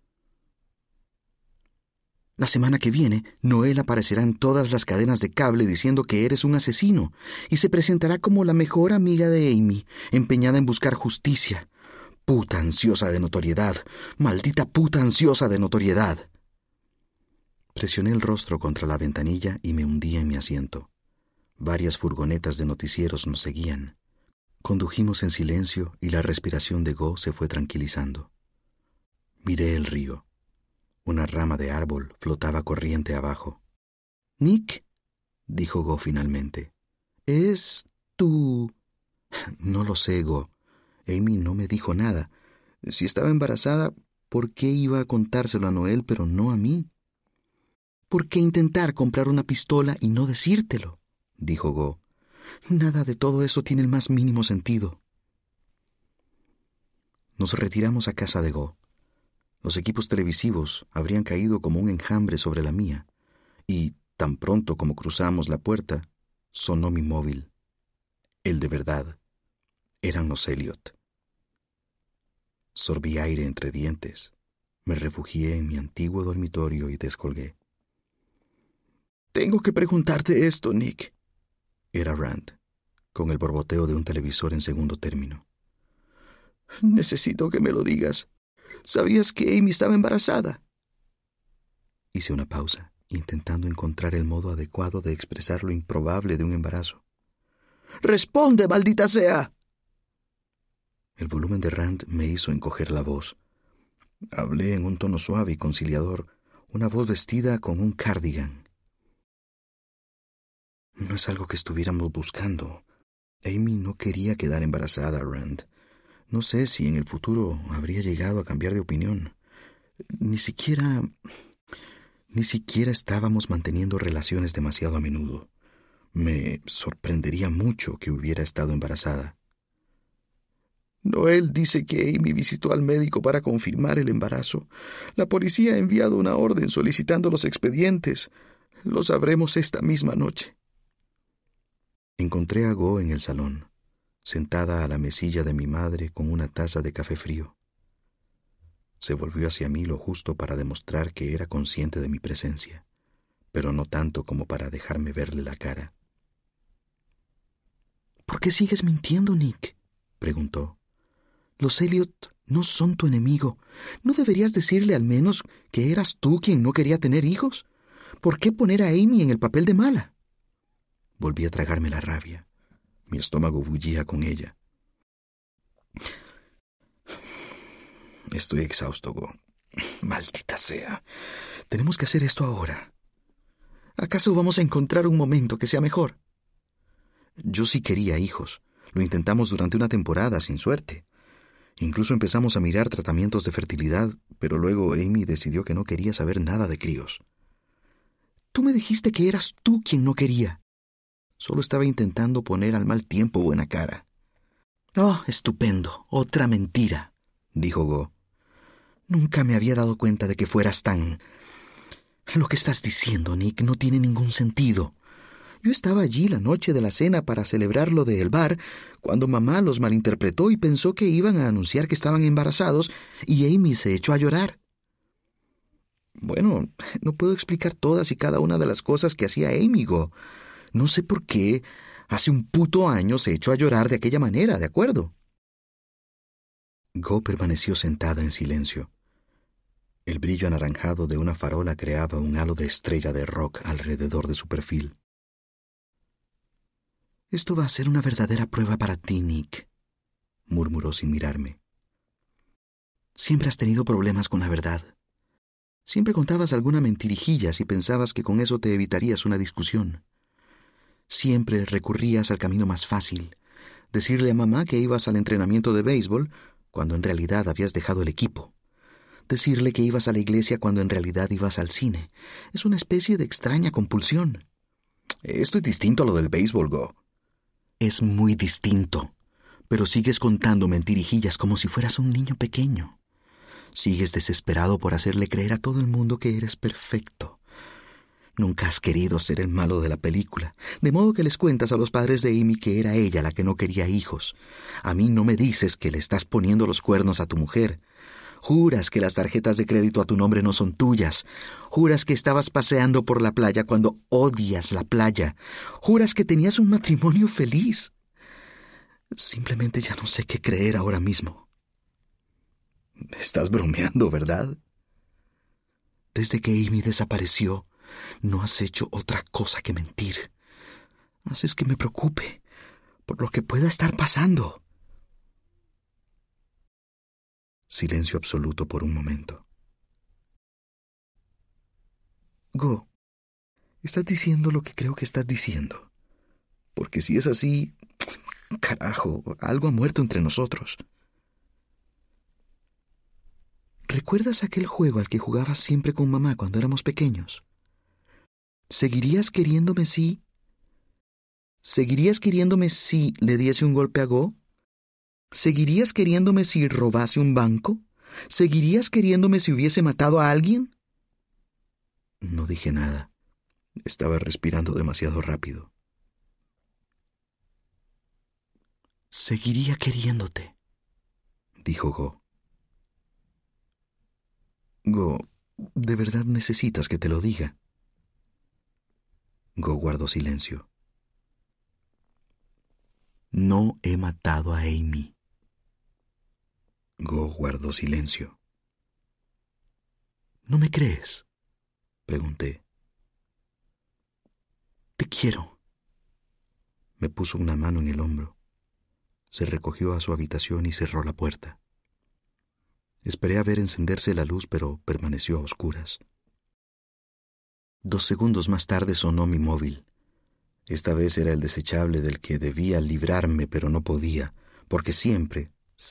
«La semana que viene, Noel aparecerá en todas las cadenas de cable diciendo que eres un asesino y se presentará como la mejor amiga de Amy, empeñada en buscar justicia. Puta ansiosa de notoriedad, maldita puta ansiosa de notoriedad». Presioné el rostro contra la ventanilla y me hundí en mi asiento. Varias furgonetas de noticieros nos seguían. Condujimos en silencio y la respiración de Go se fue tranquilizando. Miré el río. Una rama de árbol flotaba corriente abajo. «Nick», dijo Go finalmente, «¿es tu...?» «No lo sé, Go. Amy no me dijo nada. Si estaba embarazada, ¿por qué iba a contárselo a Noel pero no a mí?» «¿Por qué intentar comprar una pistola y no decírtelo?», dijo Go. «Nada de todo eso tiene el más mínimo sentido». Nos retiramos a casa de Go. Los equipos televisivos habrían caído como un enjambre sobre la mía, y tan pronto como cruzamos la puerta, sonó mi móvil. El de verdad. Eran los Elliot. Sorbí aire entre dientes. Me refugié en mi antiguo dormitorio y descolgué. «Tengo que preguntarte esto, Nick». Era Rand, con el borboteo de un televisor en segundo término. «Necesito que me lo digas. ¿Sabías que Amy estaba embarazada?». Hice una pausa, intentando encontrar el modo adecuado de expresar lo improbable de un embarazo. «¡Responde, maldita sea!». El volumen de Rand me hizo encoger la voz. Hablé en un tono suave y conciliador, una voz vestida con un cardigan. «No es algo que estuviéramos buscando. Amy no quería quedar embarazada, Rand. No sé si en el futuro habría llegado a cambiar de opinión. Ni siquiera estábamos manteniendo relaciones demasiado a menudo. Me sorprendería mucho que hubiera estado embarazada». «Noel dice que Amy visitó al médico para confirmar el embarazo. La policía ha enviado una orden solicitando los expedientes. Lo sabremos esta misma noche». Encontré a Go en el salón, sentada a la mesilla de mi madre con una taza de café frío. Se volvió hacia mí lo justo para demostrar que era consciente de mi presencia, pero no tanto como para dejarme verle la cara. «¿Por qué sigues mintiendo, Nick?», preguntó. «Los Elliot no son tu enemigo. ¿No deberías decirle al menos que eras tú quien no quería tener hijos? ¿Por qué poner a Amy en el papel de mala?». Volví a tragarme la rabia. Mi estómago bullía con ella. «Estoy exhausto, Go. Maldita sea. Tenemos que hacer esto ahora. ¿Acaso vamos a encontrar un momento que sea mejor?». Yo sí quería hijos. Lo intentamos durante una temporada, sin suerte. Incluso empezamos a mirar tratamientos de fertilidad, pero luego Amy decidió que no quería saber nada de críos. «Tú me dijiste que eras tú quien no quería». Solo estaba intentando poner al mal tiempo buena cara. «Oh, estupendo. Otra mentira», dijo Go. «Nunca me había dado cuenta de que fueras tan... Lo que estás diciendo, Nick, no tiene ningún sentido. Yo estaba allí la noche de la cena para celebrar lo del bar, cuando mamá los malinterpretó y pensó que iban a anunciar que estaban embarazados, y Amy se echó a llorar». «Bueno, no puedo explicar todas y cada una de las cosas que hacía Amy, Go. No sé por qué hace un puto año se echó a llorar de aquella manera, ¿de acuerdo?». Go permaneció sentada en silencio. El brillo anaranjado de una farola creaba un halo de estrella de rock alrededor de su perfil. «Esto va a ser una verdadera prueba para ti, Nick», murmuró sin mirarme. «Siempre has tenido problemas con la verdad. Siempre contabas alguna mentirijilla si pensabas que con eso te evitarías una discusión. Siempre recurrías al camino más fácil, decirle a mamá que ibas al entrenamiento de béisbol cuando en realidad habías dejado el equipo. Decirle que ibas a la iglesia cuando en realidad ibas al cine. Es una especie de extraña compulsión». Esto es distinto a lo del béisbol, Go. Es muy distinto, pero sigues contando mentirijillas como si fueras un niño pequeño. Sigues desesperado por hacerle creer a todo el mundo que eres perfecto. Nunca has querido ser el malo de la película, de modo que les cuentas a los padres de Amy que era ella la que no quería hijos. A mí no me dices que le estás poniendo los cuernos a tu mujer. Juras que las tarjetas de crédito a tu nombre no son tuyas. Juras que estabas paseando por la playa cuando odias la playa. Juras que tenías un matrimonio feliz. Simplemente ya no sé qué creer ahora mismo. Estás bromeando, ¿verdad? Desde que Amy desapareció, no has hecho otra cosa que mentir. Haces que me preocupe por lo que pueda estar pasando. Silencio absoluto por un momento. Go, ¿estás diciendo lo que creo que estás diciendo? Porque si es así, carajo, algo ha muerto entre nosotros. ¿Recuerdas aquel juego al que jugabas siempre con mamá cuando éramos pequeños? ¿Seguirías queriéndome si? ¿Seguirías queriéndome si le diese un golpe a Go? ¿Seguirías queriéndome si robase un banco? ¿Seguirías queriéndome si hubiese matado a alguien? No dije nada. Estaba respirando demasiado rápido. Seguiría queriéndote, dijo Go. Go, ¿de verdad necesitas que te lo diga? Go guardó silencio. No he matado a Amy. Go guardó silencio. ¿No me crees?, pregunté. Te quiero. Me puso una mano en el hombro. Se recogió a su habitación y cerró la puerta. Esperé a ver encenderse la luz, pero permaneció a oscuras. 2 segundos más tarde sonó mi móvil. Esta vez era el desechable del que debía librarme, pero no podía, porque siempre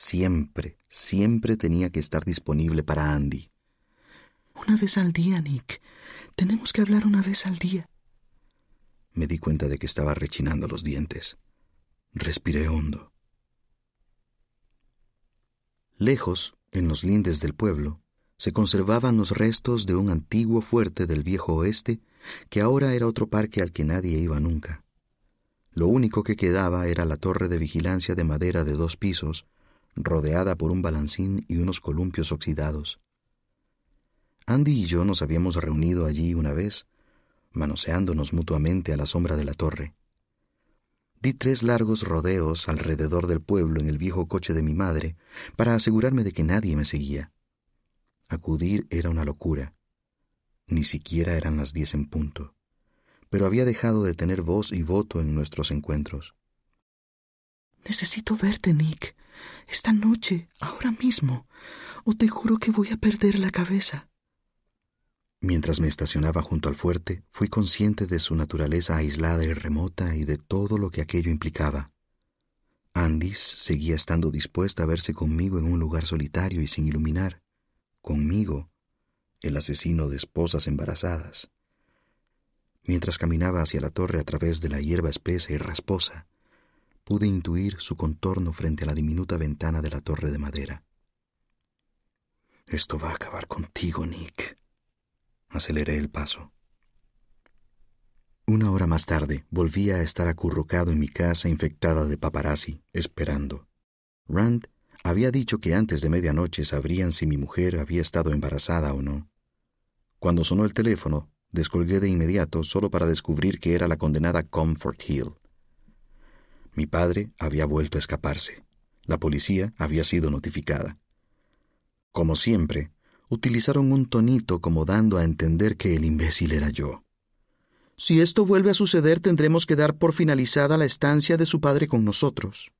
tenía que estar disponible para Andy. Una vez al día, Nick. Tenemos que hablar una vez al día. Me di cuenta de que estaba rechinando los dientes. Respiré hondo. Lejos, en los lindes del pueblo, se conservaban los restos de un antiguo fuerte del viejo oeste que ahora era otro parque al que nadie iba nunca. Lo único que quedaba era la torre de vigilancia de madera de 2 pisos, rodeada por un balancín y unos columpios oxidados. Andy y yo nos habíamos reunido allí una vez, manoseándonos mutuamente a la sombra de la torre. Di 3 largos rodeos alrededor del pueblo en el viejo coche de mi madre para asegurarme de que nadie me seguía. Acudir era una locura. Ni siquiera eran las 10 en punto, pero había dejado de tener voz y voto en nuestros encuentros. Necesito verte, Nick. Esta noche, ahora mismo, o te juro que voy a perder la cabeza. Mientras me estacionaba junto al fuerte, fui consciente de su naturaleza aislada y remota y de todo lo que aquello implicaba. Andis seguía estando dispuesta a verse conmigo en un lugar solitario y sin iluminar. Conmigo, el asesino de esposas embarazadas. Mientras caminaba hacia la torre a través de la hierba espesa y rasposa, pude intuir su contorno frente a la diminuta ventana de la torre de madera. Esto va a acabar contigo, Nick. Aceleré el paso. 1 hora más tarde, volví a estar acurrucado en mi casa infectada de paparazzi, esperando. Rand había dicho que antes de medianoche sabrían si mi mujer había estado embarazada o no. Cuando sonó el teléfono, descolgué de inmediato solo para descubrir que era la condenada Comfort Hill. Mi padre había vuelto a escaparse. La policía había sido notificada. Como siempre, Utilizaron un tonito como dando a entender que el imbécil era yo. Si esto vuelve a suceder, tendremos que dar por finalizada la estancia de su padre con nosotros.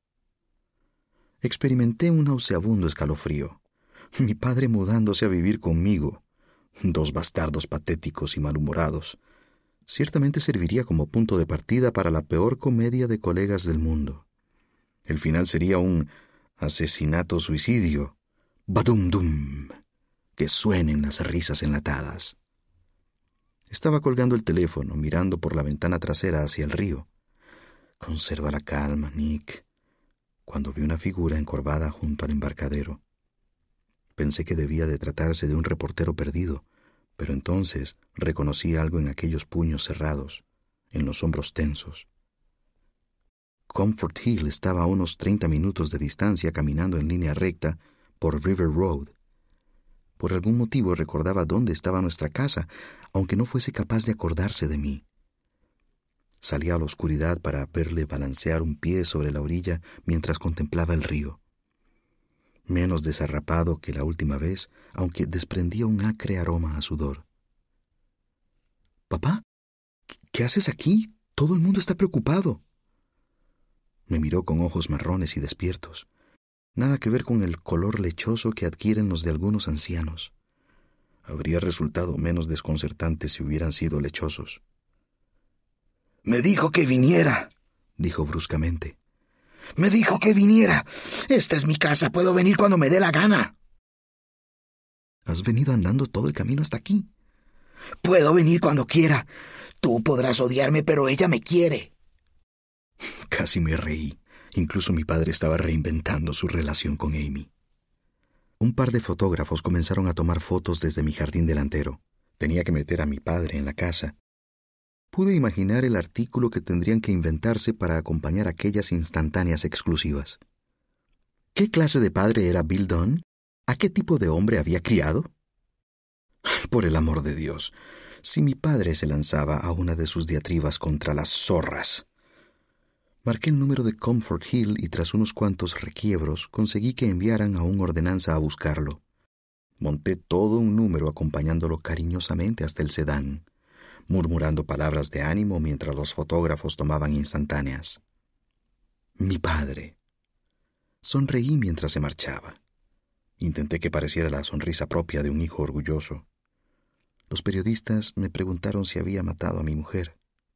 Experimenté un nauseabundo escalofrío. Mi padre mudándose a vivir conmigo. 2 bastardos patéticos y malhumorados. Ciertamente serviría como punto de partida para la peor comedia de colegas del mundo. El final sería un asesinato-suicidio. ¡Badum-dum! Que suenen las risas enlatadas. Estaba colgando el teléfono, mirando por la ventana trasera hacia el río. Conserva la calma, Nick. Cuando vi una figura encorvada junto al embarcadero. Pensé que debía de tratarse de un reportero perdido, pero entonces reconocí algo en aquellos puños cerrados, en los hombros tensos. Comfort Hill estaba a unos 30 minutos de distancia caminando en línea recta por River Road. Por algún motivo recordaba dónde estaba nuestra casa, aunque no fuese capaz de acordarse de mí. Salí a la oscuridad para verle balancear un pie sobre la orilla mientras contemplaba el río. Menos desarrapado que la última vez, aunque desprendía un acre aroma a sudor. «Papá, ¿qué haces aquí? Todo el mundo está preocupado». Me miró con ojos marrones y despiertos. Nada que ver con el color lechoso que adquieren los de algunos ancianos. Habría resultado menos desconcertante si hubieran sido lechosos. «Me dijo que viniera», dijo bruscamente. «Me dijo que viniera. Esta es mi casa. Puedo venir cuando me dé la gana». «¿Has venido andando todo el camino hasta aquí?» «Puedo venir cuando quiera. Tú podrás odiarme, pero ella me quiere». Casi me reí. Incluso mi padre estaba reinventando su relación con Amy. Un par de fotógrafos comenzaron a tomar fotos desde mi jardín delantero. Tenía que meter a mi padre en la casa. Pude imaginar el artículo que tendrían que inventarse para acompañar aquellas instantáneas exclusivas. ¿Qué clase de padre era Bill Dunn? ¿A qué tipo de hombre había criado? Por el amor de Dios, si mi padre se lanzaba a una de sus diatribas contra las zorras. Marqué el número de Comfort Hill y tras unos cuantos requiebros conseguí que enviaran a un ordenanza a buscarlo. Monté todo un número acompañándolo cariñosamente hasta el sedán, murmurando palabras de ánimo mientras los fotógrafos tomaban instantáneas. Mi padre. Sonreí mientras se marchaba. Intenté que pareciera la sonrisa propia de un hijo orgulloso. Los periodistas me preguntaron si había matado a mi mujer.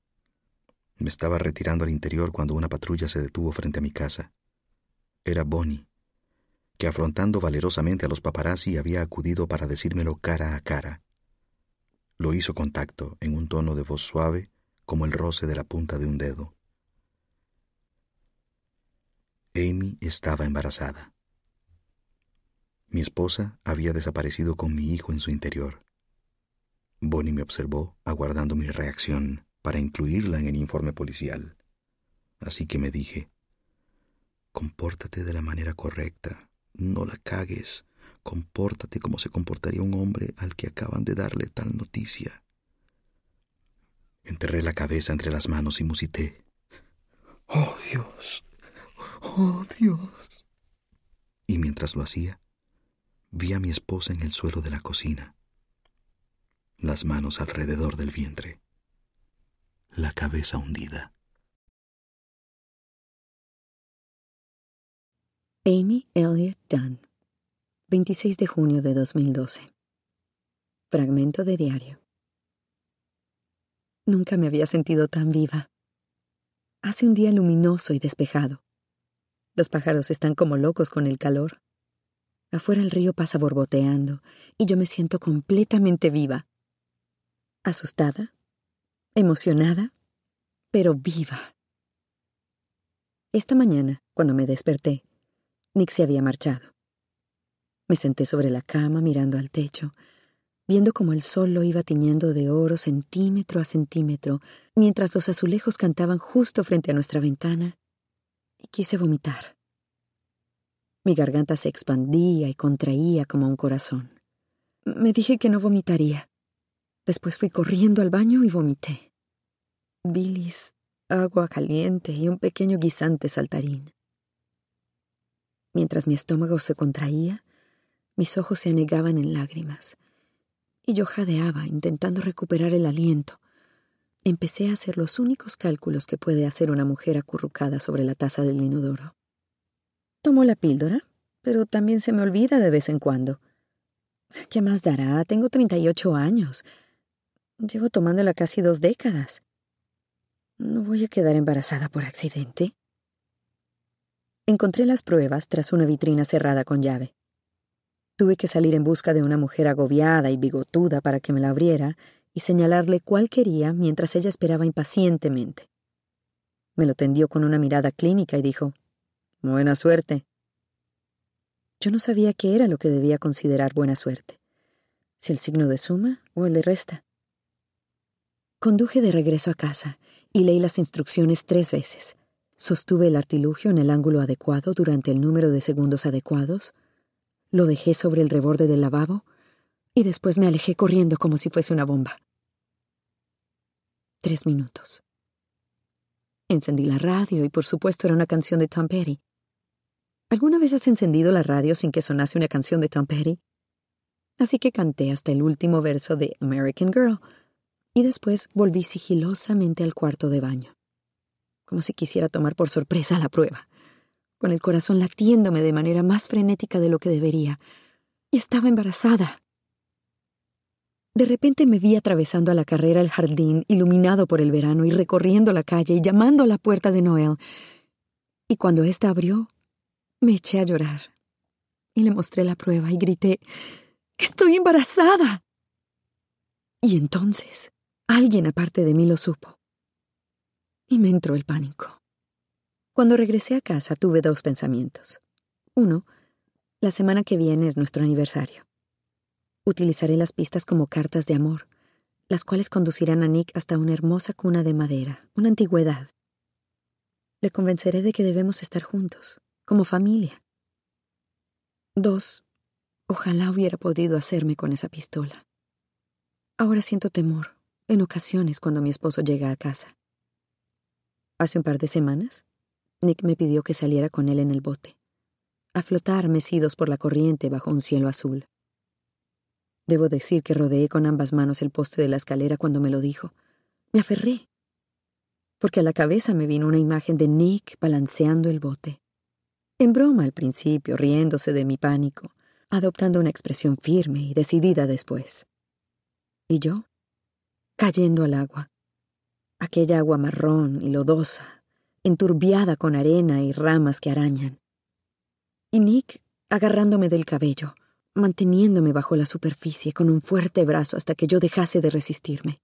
Me estaba retirando al interior cuando una patrulla se detuvo frente a mi casa. Era Bonnie, que afrontando valerosamente a los paparazzi había acudido para decírmelo cara a cara. Lo hizo con tacto, en un tono de voz suave, como el roce de la punta de un dedo. Amy estaba embarazada. Mi esposa había desaparecido con mi hijo en su interior. Bonnie me observó, aguardando mi reacción para incluirla en el informe policial. Así que me dije, compórtate de la manera correcta, no la cagues, compórtate como se comportaría un hombre al que acaban de darle tal noticia. Enterré la cabeza entre las manos y musité. ¡Oh, Dios! ¡Oh, Dios! Y mientras lo hacía, vi a mi esposa en el suelo de la cocina, las manos alrededor del vientre, la cabeza hundida. Amy Elliott Dunn, 26 de junio de 2012. Fragmento de diario. Nunca me había sentido tan viva. Hace un día luminoso y despejado. Los pájaros están como locos con el calor. Afuera el río pasa borboteando y yo me siento completamente viva. Asustada, emocionada, pero viva. Esta mañana, cuando me desperté, Nick se había marchado. Me senté sobre la cama mirando al techo, viendo cómo el sol lo iba tiñendo de oro centímetro a centímetro, mientras los azulejos cantaban justo frente a nuestra ventana, y quise vomitar. Mi garganta se expandía y contraía como un corazón. Me dije que no vomitaría. Después fui corriendo al baño y vomité. Bilis, agua caliente y un pequeño guisante saltarín. Mientras mi estómago se contraía, Mis ojos se anegaban en lágrimas, y yo jadeaba, intentando recuperar el aliento. Empecé a hacer los únicos cálculos que puede hacer una mujer acurrucada sobre la taza del inodoro. Tomo la píldora, pero también se me olvida de vez en cuando. ¿Qué más dará? Tengo 38 años. Llevo tomándola casi 2 décadas. ¿No voy a quedar embarazada por accidente? Encontré las pruebas tras una vitrina cerrada con llave. Tuve que salir en busca de una mujer agobiada y bigotuda para que me la abriera y señalarle cuál quería mientras ella esperaba impacientemente. Me lo tendió con una mirada clínica y dijo: «Buena suerte». Yo no sabía qué era lo que debía considerar buena suerte, si el signo de suma o el de resta. Conduje de regreso a casa y leí las instrucciones 3 veces. Sostuve el artilugio en el ángulo adecuado durante el número de segundos adecuados, lo dejé sobre el reborde del lavabo y después me alejé corriendo como si fuese una bomba. 3 minutos. Encendí la radio y por supuesto era una canción de Tom Petty. ¿Alguna vez has encendido la radio sin que sonase una canción de Tom Petty? Así que canté hasta el último verso de American Girl y después volví sigilosamente al cuarto de baño, como si quisiera tomar por sorpresa la prueba, con el corazón latiéndome de manera más frenética de lo que debería, y estaba embarazada. De repente me vi atravesando a la carrera el jardín iluminado por el verano y recorriendo la calle y llamando a la puerta de Noel. Y cuando ésta abrió, me eché a llorar y le mostré la prueba y grité: «¡Estoy embarazada!». Y entonces alguien aparte de mí lo supo. Y me entró el pánico. Cuando regresé a casa tuve 2 pensamientos. 1, la semana que viene es nuestro aniversario. Utilizaré las pistas como cartas de amor, las cuales conducirán a Nick hasta una hermosa cuna de madera, una antigüedad. Le convenceré de que debemos estar juntos, como familia. 2, ojalá hubiera podido hacerme con esa pistola. Ahora siento temor, en ocasiones cuando mi esposo llega a casa. Hace un par de semanas, Nick me pidió que saliera con él en el bote, a flotar mecidos por la corriente bajo un cielo azul. Debo decir que rodeé con ambas manos el poste de la escalera cuando me lo dijo. Me aferré, porque a la cabeza me vino una imagen de Nick balanceando el bote. En broma al principio, riéndose de mi pánico, adoptando una expresión firme y decidida después. Y yo, cayendo al agua. Aquella agua marrón y lodosa, enturbiada con arena y ramas que arañan. Y Nick agarrándome del cabello, manteniéndome bajo la superficie con un fuerte brazo hasta que yo dejase de resistirme.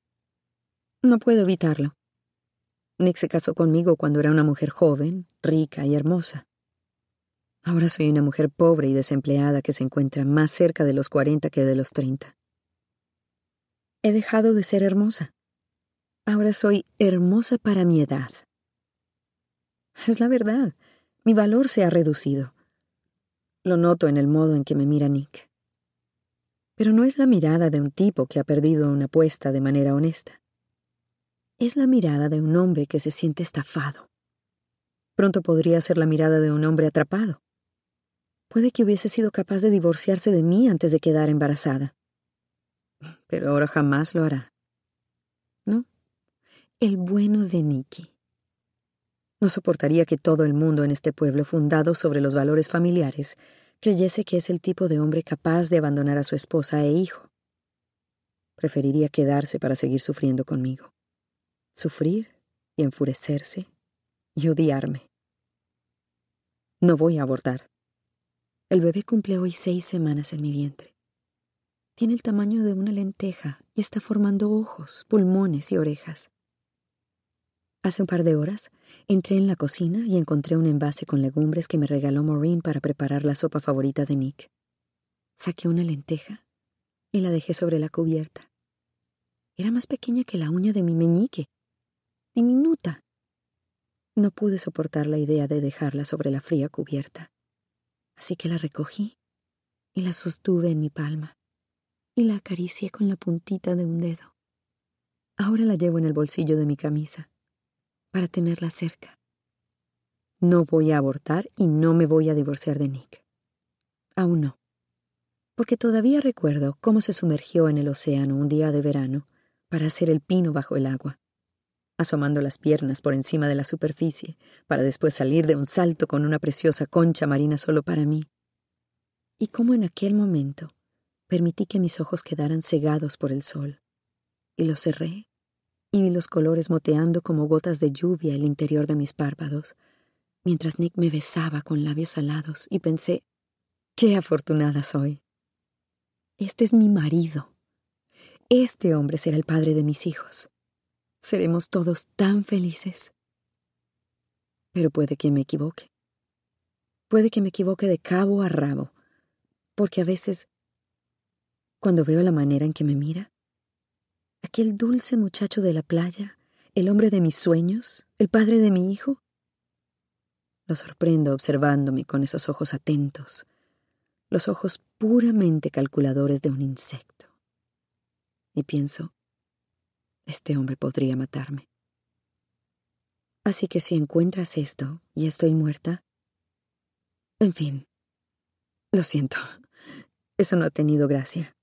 No puedo evitarlo. Nick se casó conmigo cuando era una mujer joven, rica y hermosa. Ahora soy una mujer pobre y desempleada que se encuentra más cerca de los 40 que de los 30. He dejado de ser hermosa. Ahora soy hermosa para mi edad. Es la verdad, mi valor se ha reducido. Lo noto en el modo en que me mira Nick. Pero no es la mirada de un tipo que ha perdido una apuesta de manera honesta. Es la mirada de un hombre que se siente estafado. Pronto podría ser la mirada de un hombre atrapado. Puede que hubiese sido capaz de divorciarse de mí antes de quedar embarazada. Pero ahora jamás lo hará. No, el bueno de Nicky. No soportaría que todo el mundo en este pueblo fundado sobre los valores familiares creyese que es el tipo de hombre capaz de abandonar a su esposa e hijo. Preferiría quedarse para seguir sufriendo conmigo. Sufrir y enfurecerse y odiarme. No voy a abortar. El bebé cumple hoy 6 semanas en mi vientre. Tiene el tamaño de una lenteja y está formando ojos, pulmones y orejas. Hace un par de horas entré en la cocina y encontré un envase con legumbres que me regaló Maureen para preparar la sopa favorita de Nick. Saqué una lenteja y la dejé sobre la cubierta. Era más pequeña que la uña de mi meñique, diminuta. No pude soportar la idea de dejarla sobre la fría cubierta, así que la recogí y la sostuve en mi palma y la acaricié con la puntita de un dedo. Ahora la llevo en el bolsillo de mi camisa, para tenerla cerca. No voy a abortar y no me voy a divorciar de Nick. Aún no. porque todavía recuerdo cómo se sumergió en el océano un día de verano para hacer el pino bajo el agua, asomando las piernas por encima de la superficie, para después salir de un salto con una preciosa concha marina solo para mí. Y cómo en aquel momento permití que mis ojos quedaran cegados por el sol, y los cerré, y vi los colores moteando como gotas de lluvia el interior de mis párpados, mientras Nick me besaba con labios salados, y pensé, ¡qué afortunada soy! Este es mi marido. Este hombre será el padre de mis hijos. Seremos todos tan felices. Pero puede que me equivoque. Puede que me equivoque de cabo a rabo, porque a veces, cuando veo la manera en que me mira, aquel dulce muchacho de la playa, el hombre de mis sueños, el padre de mi hijo, lo sorprendo observándome con esos ojos atentos, los ojos puramente calculadores de un insecto. Y pienso, este hombre podría matarme. Así que si encuentras esto y estoy muerta, en fin, lo siento, eso no ha tenido gracia.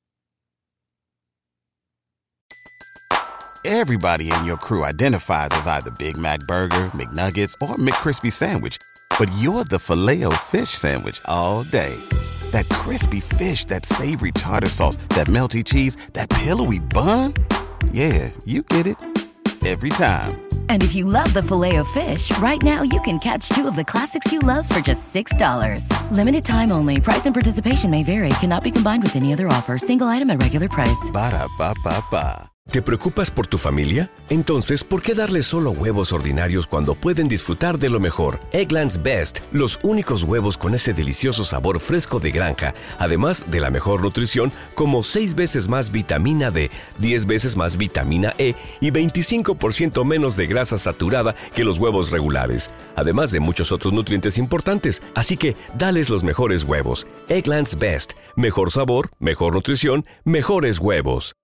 Everybody in your crew identifies as either Big Mac Burger, McNuggets, or McCrispy Sandwich. But you're the Filet-O-Fish Sandwich all day. That crispy fish, that savory tartar sauce, that melty cheese, that pillowy bun. Yeah, you get it. Every time. And if you love the Filet-O-Fish, right now you can catch two of the classics you love for just $6. Limited time only. Price and participation may vary. Cannot be combined with any other offer. Single item at regular price. Ba-da-ba-ba-ba. ¿Te preocupas por tu familia? Entonces, ¿por qué darles solo huevos ordinarios cuando pueden disfrutar de lo mejor? Eggland's Best, los únicos huevos con ese delicioso sabor fresco de granja, además de la mejor nutrición, como 6 veces más vitamina D, 10 veces más vitamina E y 25% menos de grasa saturada que los huevos regulares, además de muchos otros nutrientes importantes. Así que, dales los mejores huevos. Eggland's Best, mejor sabor, mejor nutrición, mejores huevos.